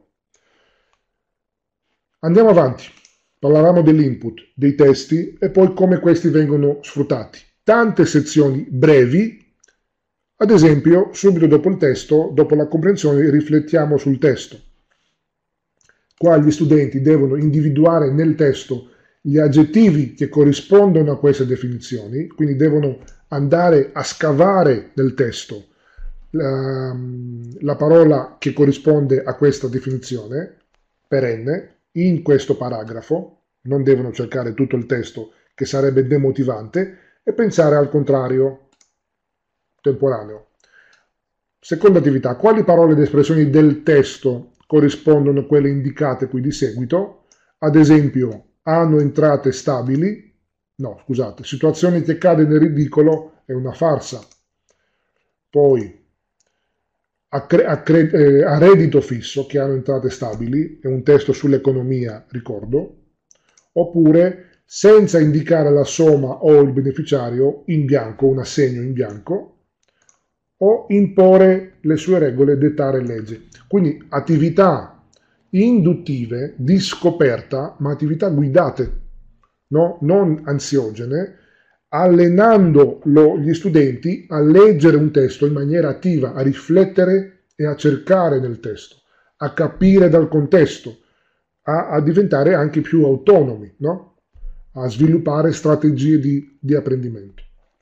Andiamo avanti. Parlavamo dell'input, dei testi e poi come questi vengono sfruttati. Tante sezioni brevi. Ad esempio, subito dopo il testo, dopo la comprensione, riflettiamo sul testo. Qua gli studenti devono individuare nel testo gli aggettivi che corrispondono a queste definizioni, quindi devono andare a scavare nel testo la, la parola che corrisponde a questa definizione perenne in questo paragrafo, non devono cercare tutto il testo che sarebbe demotivante e pensare al contrario temporaneo. Seconda attività, quali parole ed espressioni del testo corrispondono a quelle indicate qui di seguito? Ad esempio, hanno entrate stabili, no scusate, situazione che cade nel ridicolo è una farsa. Poi, a, a, eh, a reddito fisso che hanno entrate stabili, è un testo sull'economia, ricordo, oppure senza indicare la somma o il beneficiario in bianco, un assegno in bianco, o imporre le sue regole, dettare legge. Quindi attività induttive di scoperta, ma attività guidate, no? Non ansiogene, allenando lo, gli studenti a leggere un testo in maniera attiva, a riflettere e a cercare nel testo, a capire dal contesto, a, a diventare anche più autonomi, no? A sviluppare strategie di, di apprendimento.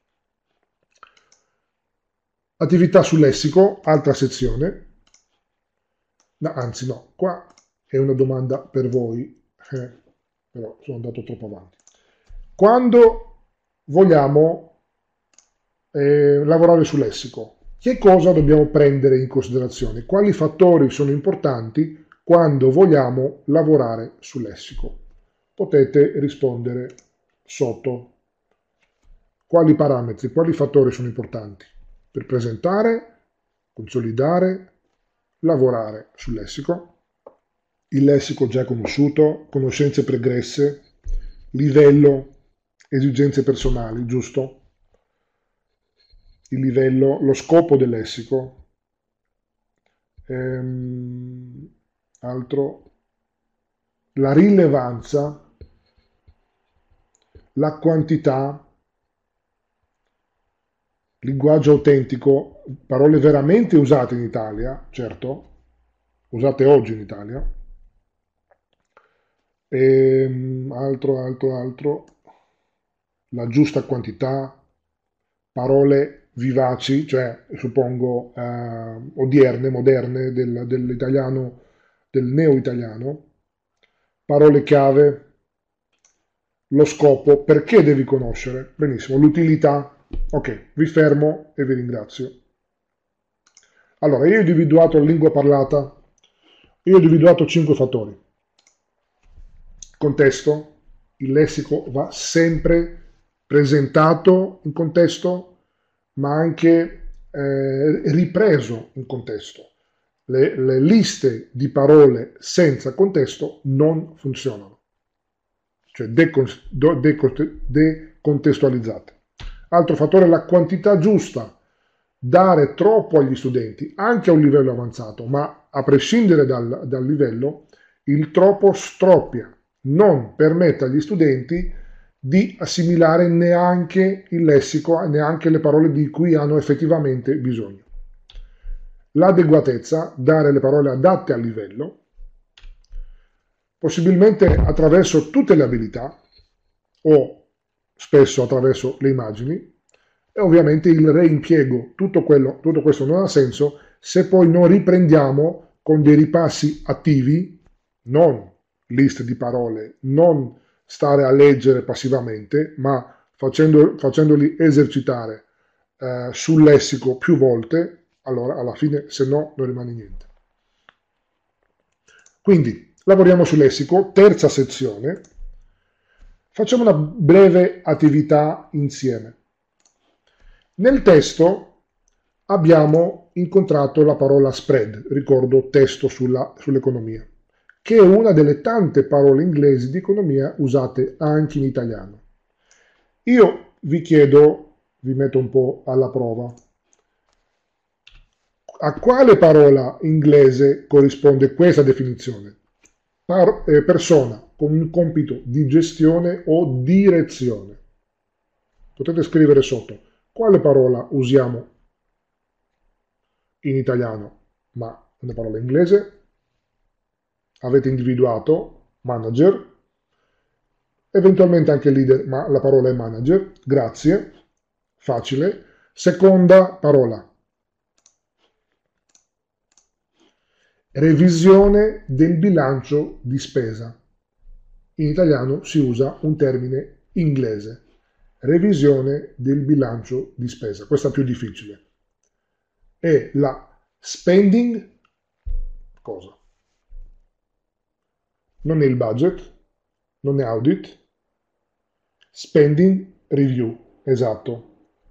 Attività sul lessico, altra sezione. No, anzi no, qua è una domanda per voi, eh, però sono andato troppo avanti. Quando vogliamo eh, lavorare sul lessico, che cosa dobbiamo prendere in considerazione? Quali fattori sono importanti quando vogliamo lavorare sul lessico? Potete rispondere sotto. Quali parametri, quali fattori sono importanti per presentare, consolidare, lavorare sul lessico? Il lessico già conosciuto, conoscenze pregresse, livello, esigenze personali, giusto? Il livello, lo scopo del lessico, ehm, altro, la rilevanza, la quantità, linguaggio autentico, parole veramente usate in Italia, certo, usate oggi in Italia. E altro, altro, altro, la giusta quantità, parole vivaci, cioè suppongo eh, odierne, moderne, del, dell'italiano, del neo-italiano, parole chiave, lo scopo, perché devi conoscere, benissimo, l'utilità. Ok, vi fermo e vi ringrazio. Allora, io ho individuato la lingua parlata, io ho individuato cinque fattori. Contesto, il lessico va sempre presentato in contesto, ma anche eh, ripreso in contesto. Le, le liste di parole senza contesto non funzionano, cioè decontestualizzate. Altro fattore è la quantità giusta. Dare troppo agli studenti, anche a un livello avanzato, ma a prescindere dal, dal livello, il troppo stroppia, non permette agli studenti di assimilare neanche il lessico, neanche le parole di cui hanno effettivamente bisogno. L'adeguatezza, dare le parole adatte al livello, possibilmente attraverso tutte le abilità o spesso attraverso le immagini, e ovviamente il reimpiego. Tutto, quello, tutto questo non ha senso se poi non riprendiamo con dei ripassi attivi, non liste di parole, non stare a leggere passivamente, ma facendo, facendoli esercitare eh, sul lessico più volte, allora alla fine se no non rimane niente. Quindi lavoriamo sul lessico, terza sezione, Facciamo una breve attività insieme. Nel testo abbiamo incontrato la parola spread, ricordo testo sulla, sull'economia, che è una delle tante parole inglesi di economia usate anche in italiano. Io vi chiedo, vi metto un po' alla prova, a quale parola inglese corrisponde questa definizione? Par- eh, persona con un compito di gestione o direzione. Potete scrivere sotto quale parola usiamo in italiano, ma una parola inglese. Avete individuato manager, eventualmente anche leader, ma la parola è manager. Grazie, facile. Seconda parola. Revisione del bilancio di spesa. In italiano si usa un termine inglese. Revisione del bilancio di spesa. Questa è più difficile. E la spending cosa? Non è il budget, non è audit. Spending review, esatto.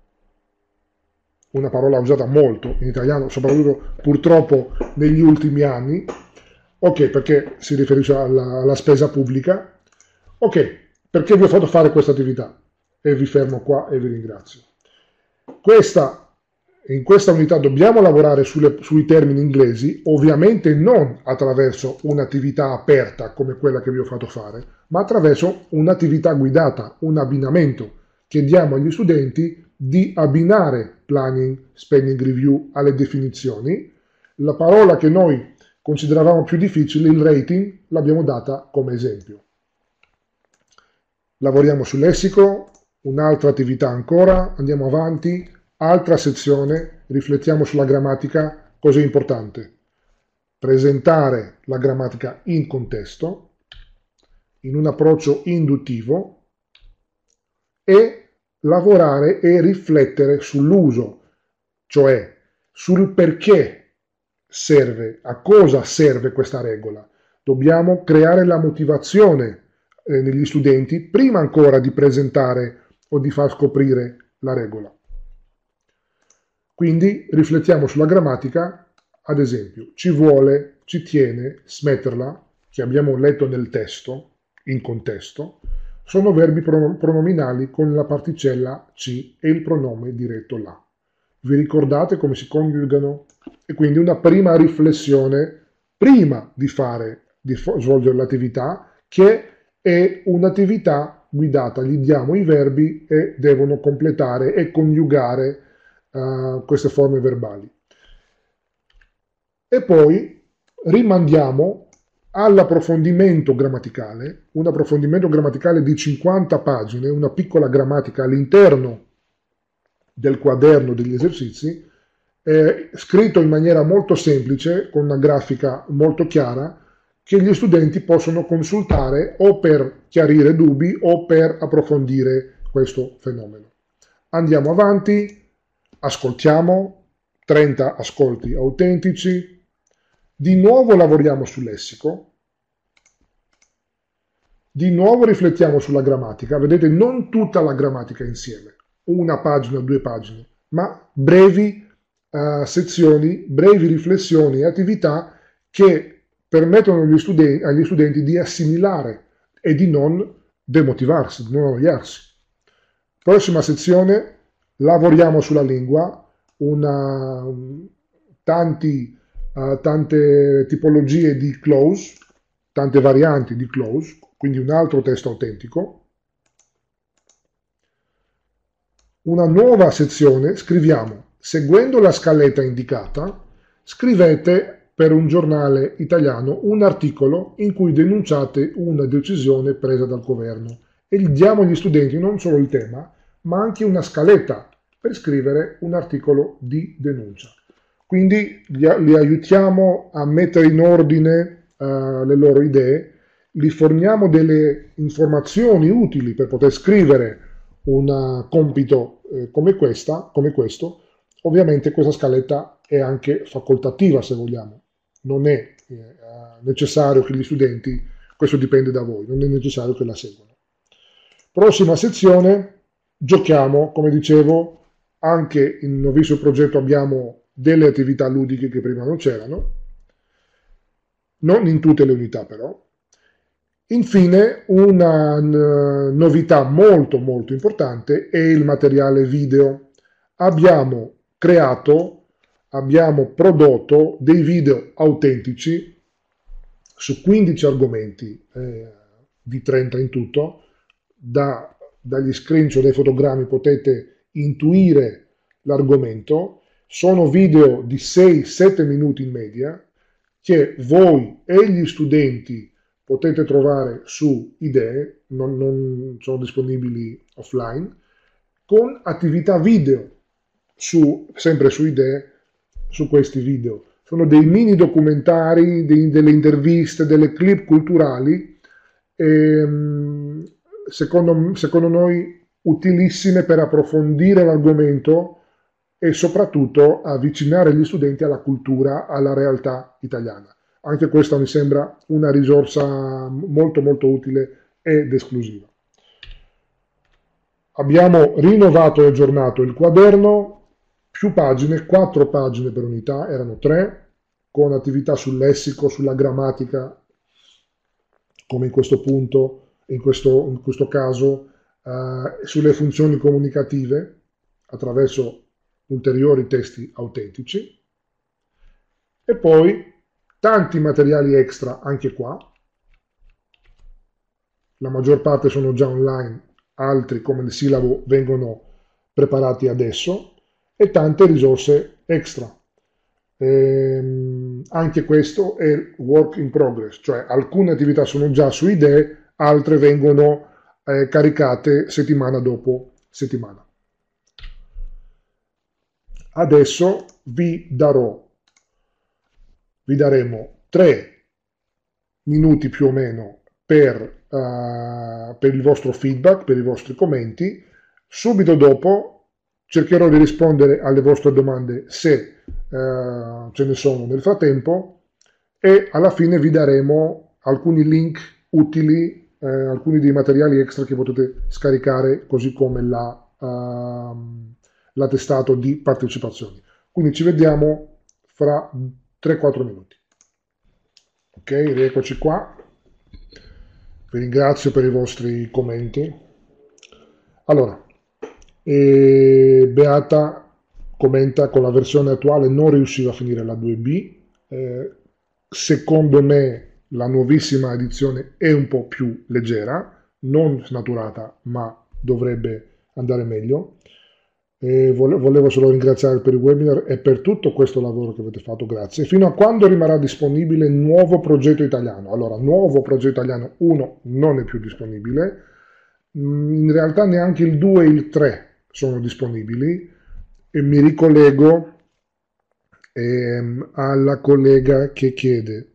Una parola usata molto in italiano, soprattutto purtroppo negli ultimi anni. Ok, perché si riferisce alla, alla spesa pubblica. Ok, perché vi ho fatto fare questa attività? E vi fermo qua e vi ringrazio. Questa, in questa unità dobbiamo lavorare sulle, sui termini inglesi, ovviamente non attraverso un'attività aperta come quella che vi ho fatto fare, ma attraverso un'attività guidata, un abbinamento. Chiediamo agli studenti di abbinare planning, spending review alle definizioni. La parola che noi consideravamo più difficile, il rating, l'abbiamo data come esempio. Lavoriamo sul lessico, un'altra attività ancora, andiamo avanti, altra sezione, riflettiamo sulla grammatica, cosa è importante? Presentare la grammatica in contesto, in un approccio induttivo e lavorare e riflettere sull'uso, cioè sul perché serve, a cosa serve questa regola. Dobbiamo creare la motivazione eh, negli studenti prima ancora di presentare o di far scoprire la regola. Quindi riflettiamo sulla grammatica, ad esempio, ci vuole, ci tiene, smetterla, che abbiamo letto nel testo, in contesto, sono verbi pronominali con la particella ci e il pronome diretto la. Vi ricordate come si coniugano? E quindi una prima riflessione prima di fare, di svolgere l'attività, che è un'attività guidata. Gli diamo i verbi e devono completare e coniugare uh, queste forme verbali. E poi rimandiamo all'approfondimento grammaticale, un approfondimento grammaticale di cinquanta pagine, una piccola grammatica all'interno del quaderno degli esercizi, eh, scritto in maniera molto semplice, con una grafica molto chiara, che gli studenti possono consultare o per chiarire dubbi o per approfondire questo fenomeno. Andiamo avanti, ascoltiamo, trenta ascolti autentici. Di nuovo lavoriamo sul lessico, di nuovo riflettiamo sulla grammatica, vedete non tutta la grammatica insieme, una pagina, due pagine, ma brevi uh, sezioni, brevi riflessioni e attività che permettono agli studenti, agli studenti di assimilare e di non demotivarsi, di non annoiarsi. Prossima sezione, lavoriamo sulla lingua, una, tanti... Uh, tante tipologie di clause, tante varianti di clause, quindi un altro testo autentico. Una nuova sezione, scriviamo, seguendo la scaletta indicata, scrivete per un giornale italiano un articolo in cui denunciate una decisione presa dal governo e diamo agli studenti non solo il tema, ma anche una scaletta per scrivere un articolo di denuncia. Quindi li, li aiutiamo a mettere in ordine uh, le loro idee, li forniamo delle informazioni utili per poter scrivere un compito eh, come, questa, come questo. Ovviamente questa scaletta è anche facoltativa, se vogliamo, non è eh, necessario che gli studenti, questo dipende da voi, non è necessario che la seguano. Prossima sezione, giochiamo, come dicevo, anche in Novissimo Progetto abbiamo delle attività ludiche che prima non c'erano, non in tutte le unità però. Infine, una n- novità molto molto importante è il materiale video. Abbiamo creato, abbiamo prodotto dei video autentici su quindici argomenti, eh, di trenta in tutto. Da- dagli screenshot, dai fotogrammi potete intuire l'argomento. Sono video di sei sette minuti in media che voi e gli studenti potete trovare su Idee, non, non sono disponibili offline, con attività video, su, sempre su Idee, su questi video. Sono dei mini documentari, dei, delle interviste, delle clip culturali, ehm, secondo, secondo noi utilissime per approfondire l'argomento e soprattutto avvicinare gli studenti alla cultura, alla realtà italiana. Anche questa mi sembra una risorsa molto molto utile ed esclusiva. Abbiamo rinnovato e aggiornato il quaderno, più pagine, quattro pagine per unità, erano tre, con attività sul lessico, sulla grammatica, come in questo punto, in questo, in questo caso, eh, sulle funzioni comunicative, attraverso ulteriori testi autentici, e poi tanti materiali extra anche qua, la maggior parte sono già online, altri come il sillabo vengono preparati adesso, e tante risorse extra. Ehm, anche questo è work in progress, cioè alcune attività sono già su Idee, altre vengono eh, caricate settimana dopo settimana. Adesso vi darò, vi daremo tre minuti più o meno per, uh, per il vostro feedback, per i vostri commenti. Subito dopo cercherò di rispondere alle vostre domande se uh, ce ne sono nel frattempo, e alla fine vi daremo alcuni link utili, eh, alcuni dei materiali extra che potete scaricare, così come la, uh, l'attestato di partecipazione. Quindi ci vediamo fra tre quattro minuti. Ok, rieccoci qua. Vi ringrazio per i vostri commenti. Allora, eh, Beata commenta: con la versione attuale non riusciva a finire la due B. Eh, secondo me la nuovissima edizione è un po' più leggera, non snaturata, ma dovrebbe andare meglio. E volevo solo ringraziare per il webinar e per tutto questo lavoro che avete fatto, grazie. Fino a quando rimarrà disponibile il nuovo progetto italiano? Allora, nuovo progetto italiano uno non è più disponibile, in realtà neanche il due e il tre sono disponibili, e mi ricollego ehm, alla collega che chiede,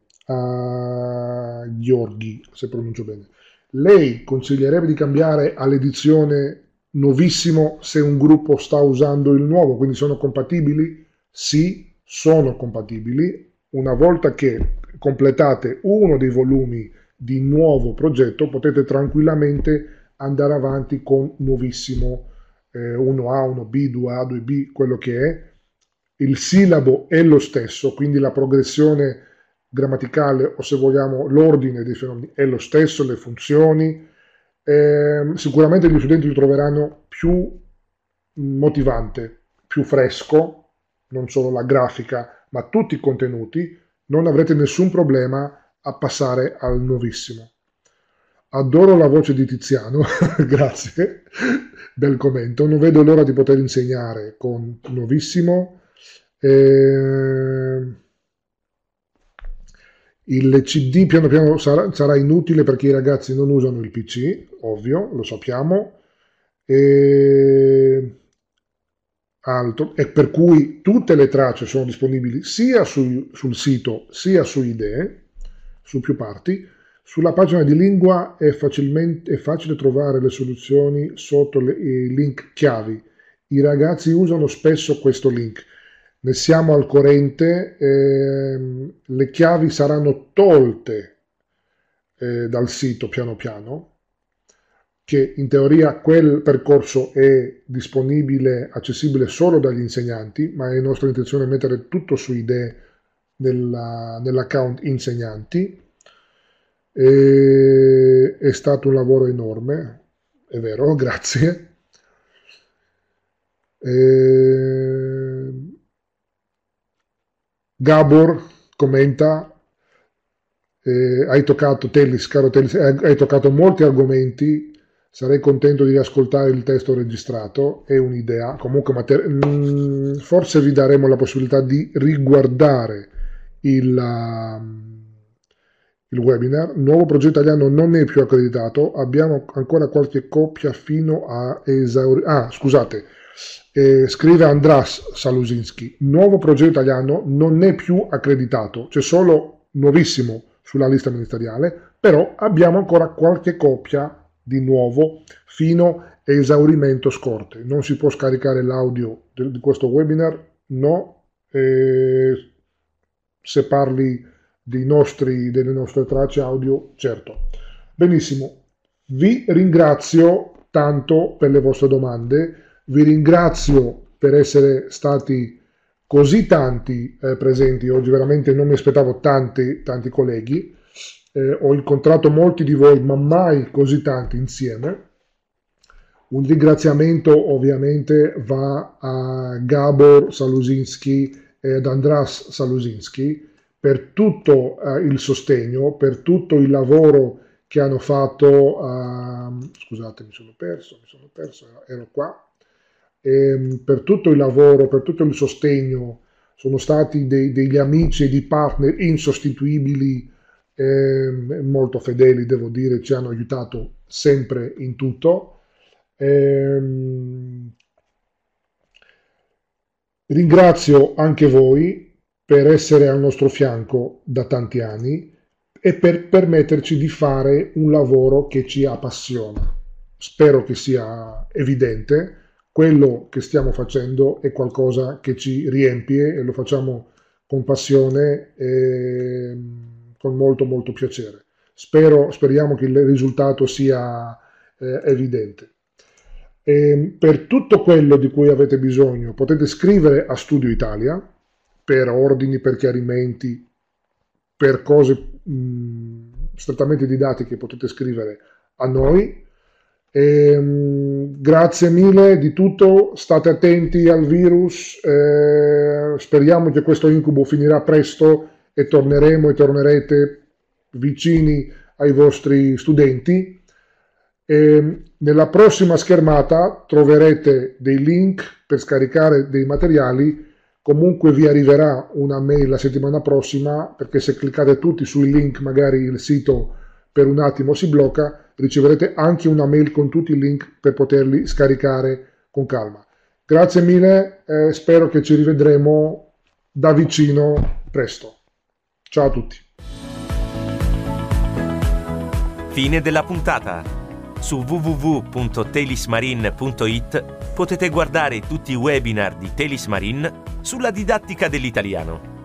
a Gheorghi, se pronuncio bene. Lei consiglierebbe di cambiare all'edizione nuovissimo se un gruppo sta usando il nuovo, quindi sono compatibili? Sì, sono compatibili. Una volta che completate uno dei volumi di nuovo progetto, potete tranquillamente andare avanti con nuovissimo, eh, uno A, uno B, due A, due B, quello che è. Il sillabo è lo stesso, quindi la progressione grammaticale, o se vogliamo l'ordine dei fenomeni è lo stesso, le funzioni. Eh, sicuramente gli studenti lo troveranno più motivante, più fresco, non solo la grafica, ma tutti i contenuti. Non avrete nessun problema a passare al nuovissimo. Adoro la voce di Tiziano, grazie, bel commento. Non vedo l'ora di poter insegnare con nuovissimo. Eh, il C D piano piano sarà, sarà inutile perché i ragazzi non usano il P C, ovvio, lo sappiamo, e, altro, e per cui tutte le tracce sono disponibili sia su, sul sito sia su Idee, su più parti. Sulla pagina di lingua è, facilmente, è facile trovare le soluzioni sotto le, i link chiavi. I ragazzi usano spesso questo link. Ne siamo al corrente, eh, le chiavi saranno tolte eh, dal sito piano piano, che in teoria quel percorso è disponibile, accessibile solo dagli insegnanti, ma è nostra intenzione mettere tutto su idee nella, nell'account insegnanti. E, è stato un lavoro enorme, è vero, grazie. E, Gabor commenta, eh, hai toccato, Tellis, caro Tellis, hai, hai toccato molti argomenti, sarei contento di riascoltare il testo registrato, è un'idea, comunque mater- mh, forse vi daremo la possibilità di riguardare il, uh, il webinar. Nuovo progetto italiano non è più accreditato, abbiamo ancora qualche copia fino a esaurire. Ah, scusate, eh, scrive Andras Salusinski, nuovo progetto italiano non è più accreditato, c'è solo nuovissimo sulla lista ministeriale, però abbiamo ancora qualche copia di nuovo fino a esaurimento scorte. Non si può scaricare l'audio di questo webinar, no, eh, se parli dei nostri, delle nostre tracce audio, certo. Benissimo, vi ringrazio tanto per le vostre domande, vi ringrazio per essere stati così tanti eh, presenti oggi, veramente non mi aspettavo tanti, tanti colleghi. Eh, ho incontrato molti di voi, ma mai così tanti insieme. Un ringraziamento ovviamente va a Gabor Salusinski e ad Andras Salusinski per tutto eh, il sostegno, per tutto il lavoro che hanno fatto. Uh, scusate, mi sono perso, mi sono perso, ero qua. E, per tutto il lavoro, per tutto il sostegno, sono stati dei, degli amici e dei partner insostituibili. Eh, molto fedeli, devo dire, ci hanno aiutato sempre in tutto. Eh, ringrazio anche voi per essere al nostro fianco da tanti anni e per permetterci di fare un lavoro che ci appassiona. Spero che sia evidente, quello che stiamo facendo è qualcosa che ci riempie e lo facciamo con passione e con molto molto piacere. Spero, speriamo che il risultato sia eh, evidente. E per tutto quello di cui avete bisogno potete scrivere a Studio Italia per ordini, per chiarimenti, per cose mh, strettamente didattiche potete scrivere a noi. E, mh, grazie mille di tutto, state attenti al virus, eh, speriamo che questo incubo finirà presto e torneremo e tornerete vicini ai vostri studenti. E nella prossima schermata troverete dei link per scaricare dei materiali. Comunque vi arriverà una mail la settimana prossima, perché se cliccate tutti sui link magari il sito per un attimo si blocca, riceverete anche una mail con tutti i link per poterli scaricare con calma. Grazie mille, eh, spero che ci rivedremo da vicino presto. Ciao a tutti. Fine della puntata. Su w w w punto telismarine punto i t potete guardare tutti i webinar di Telis Marine sulla didattica dell'italiano.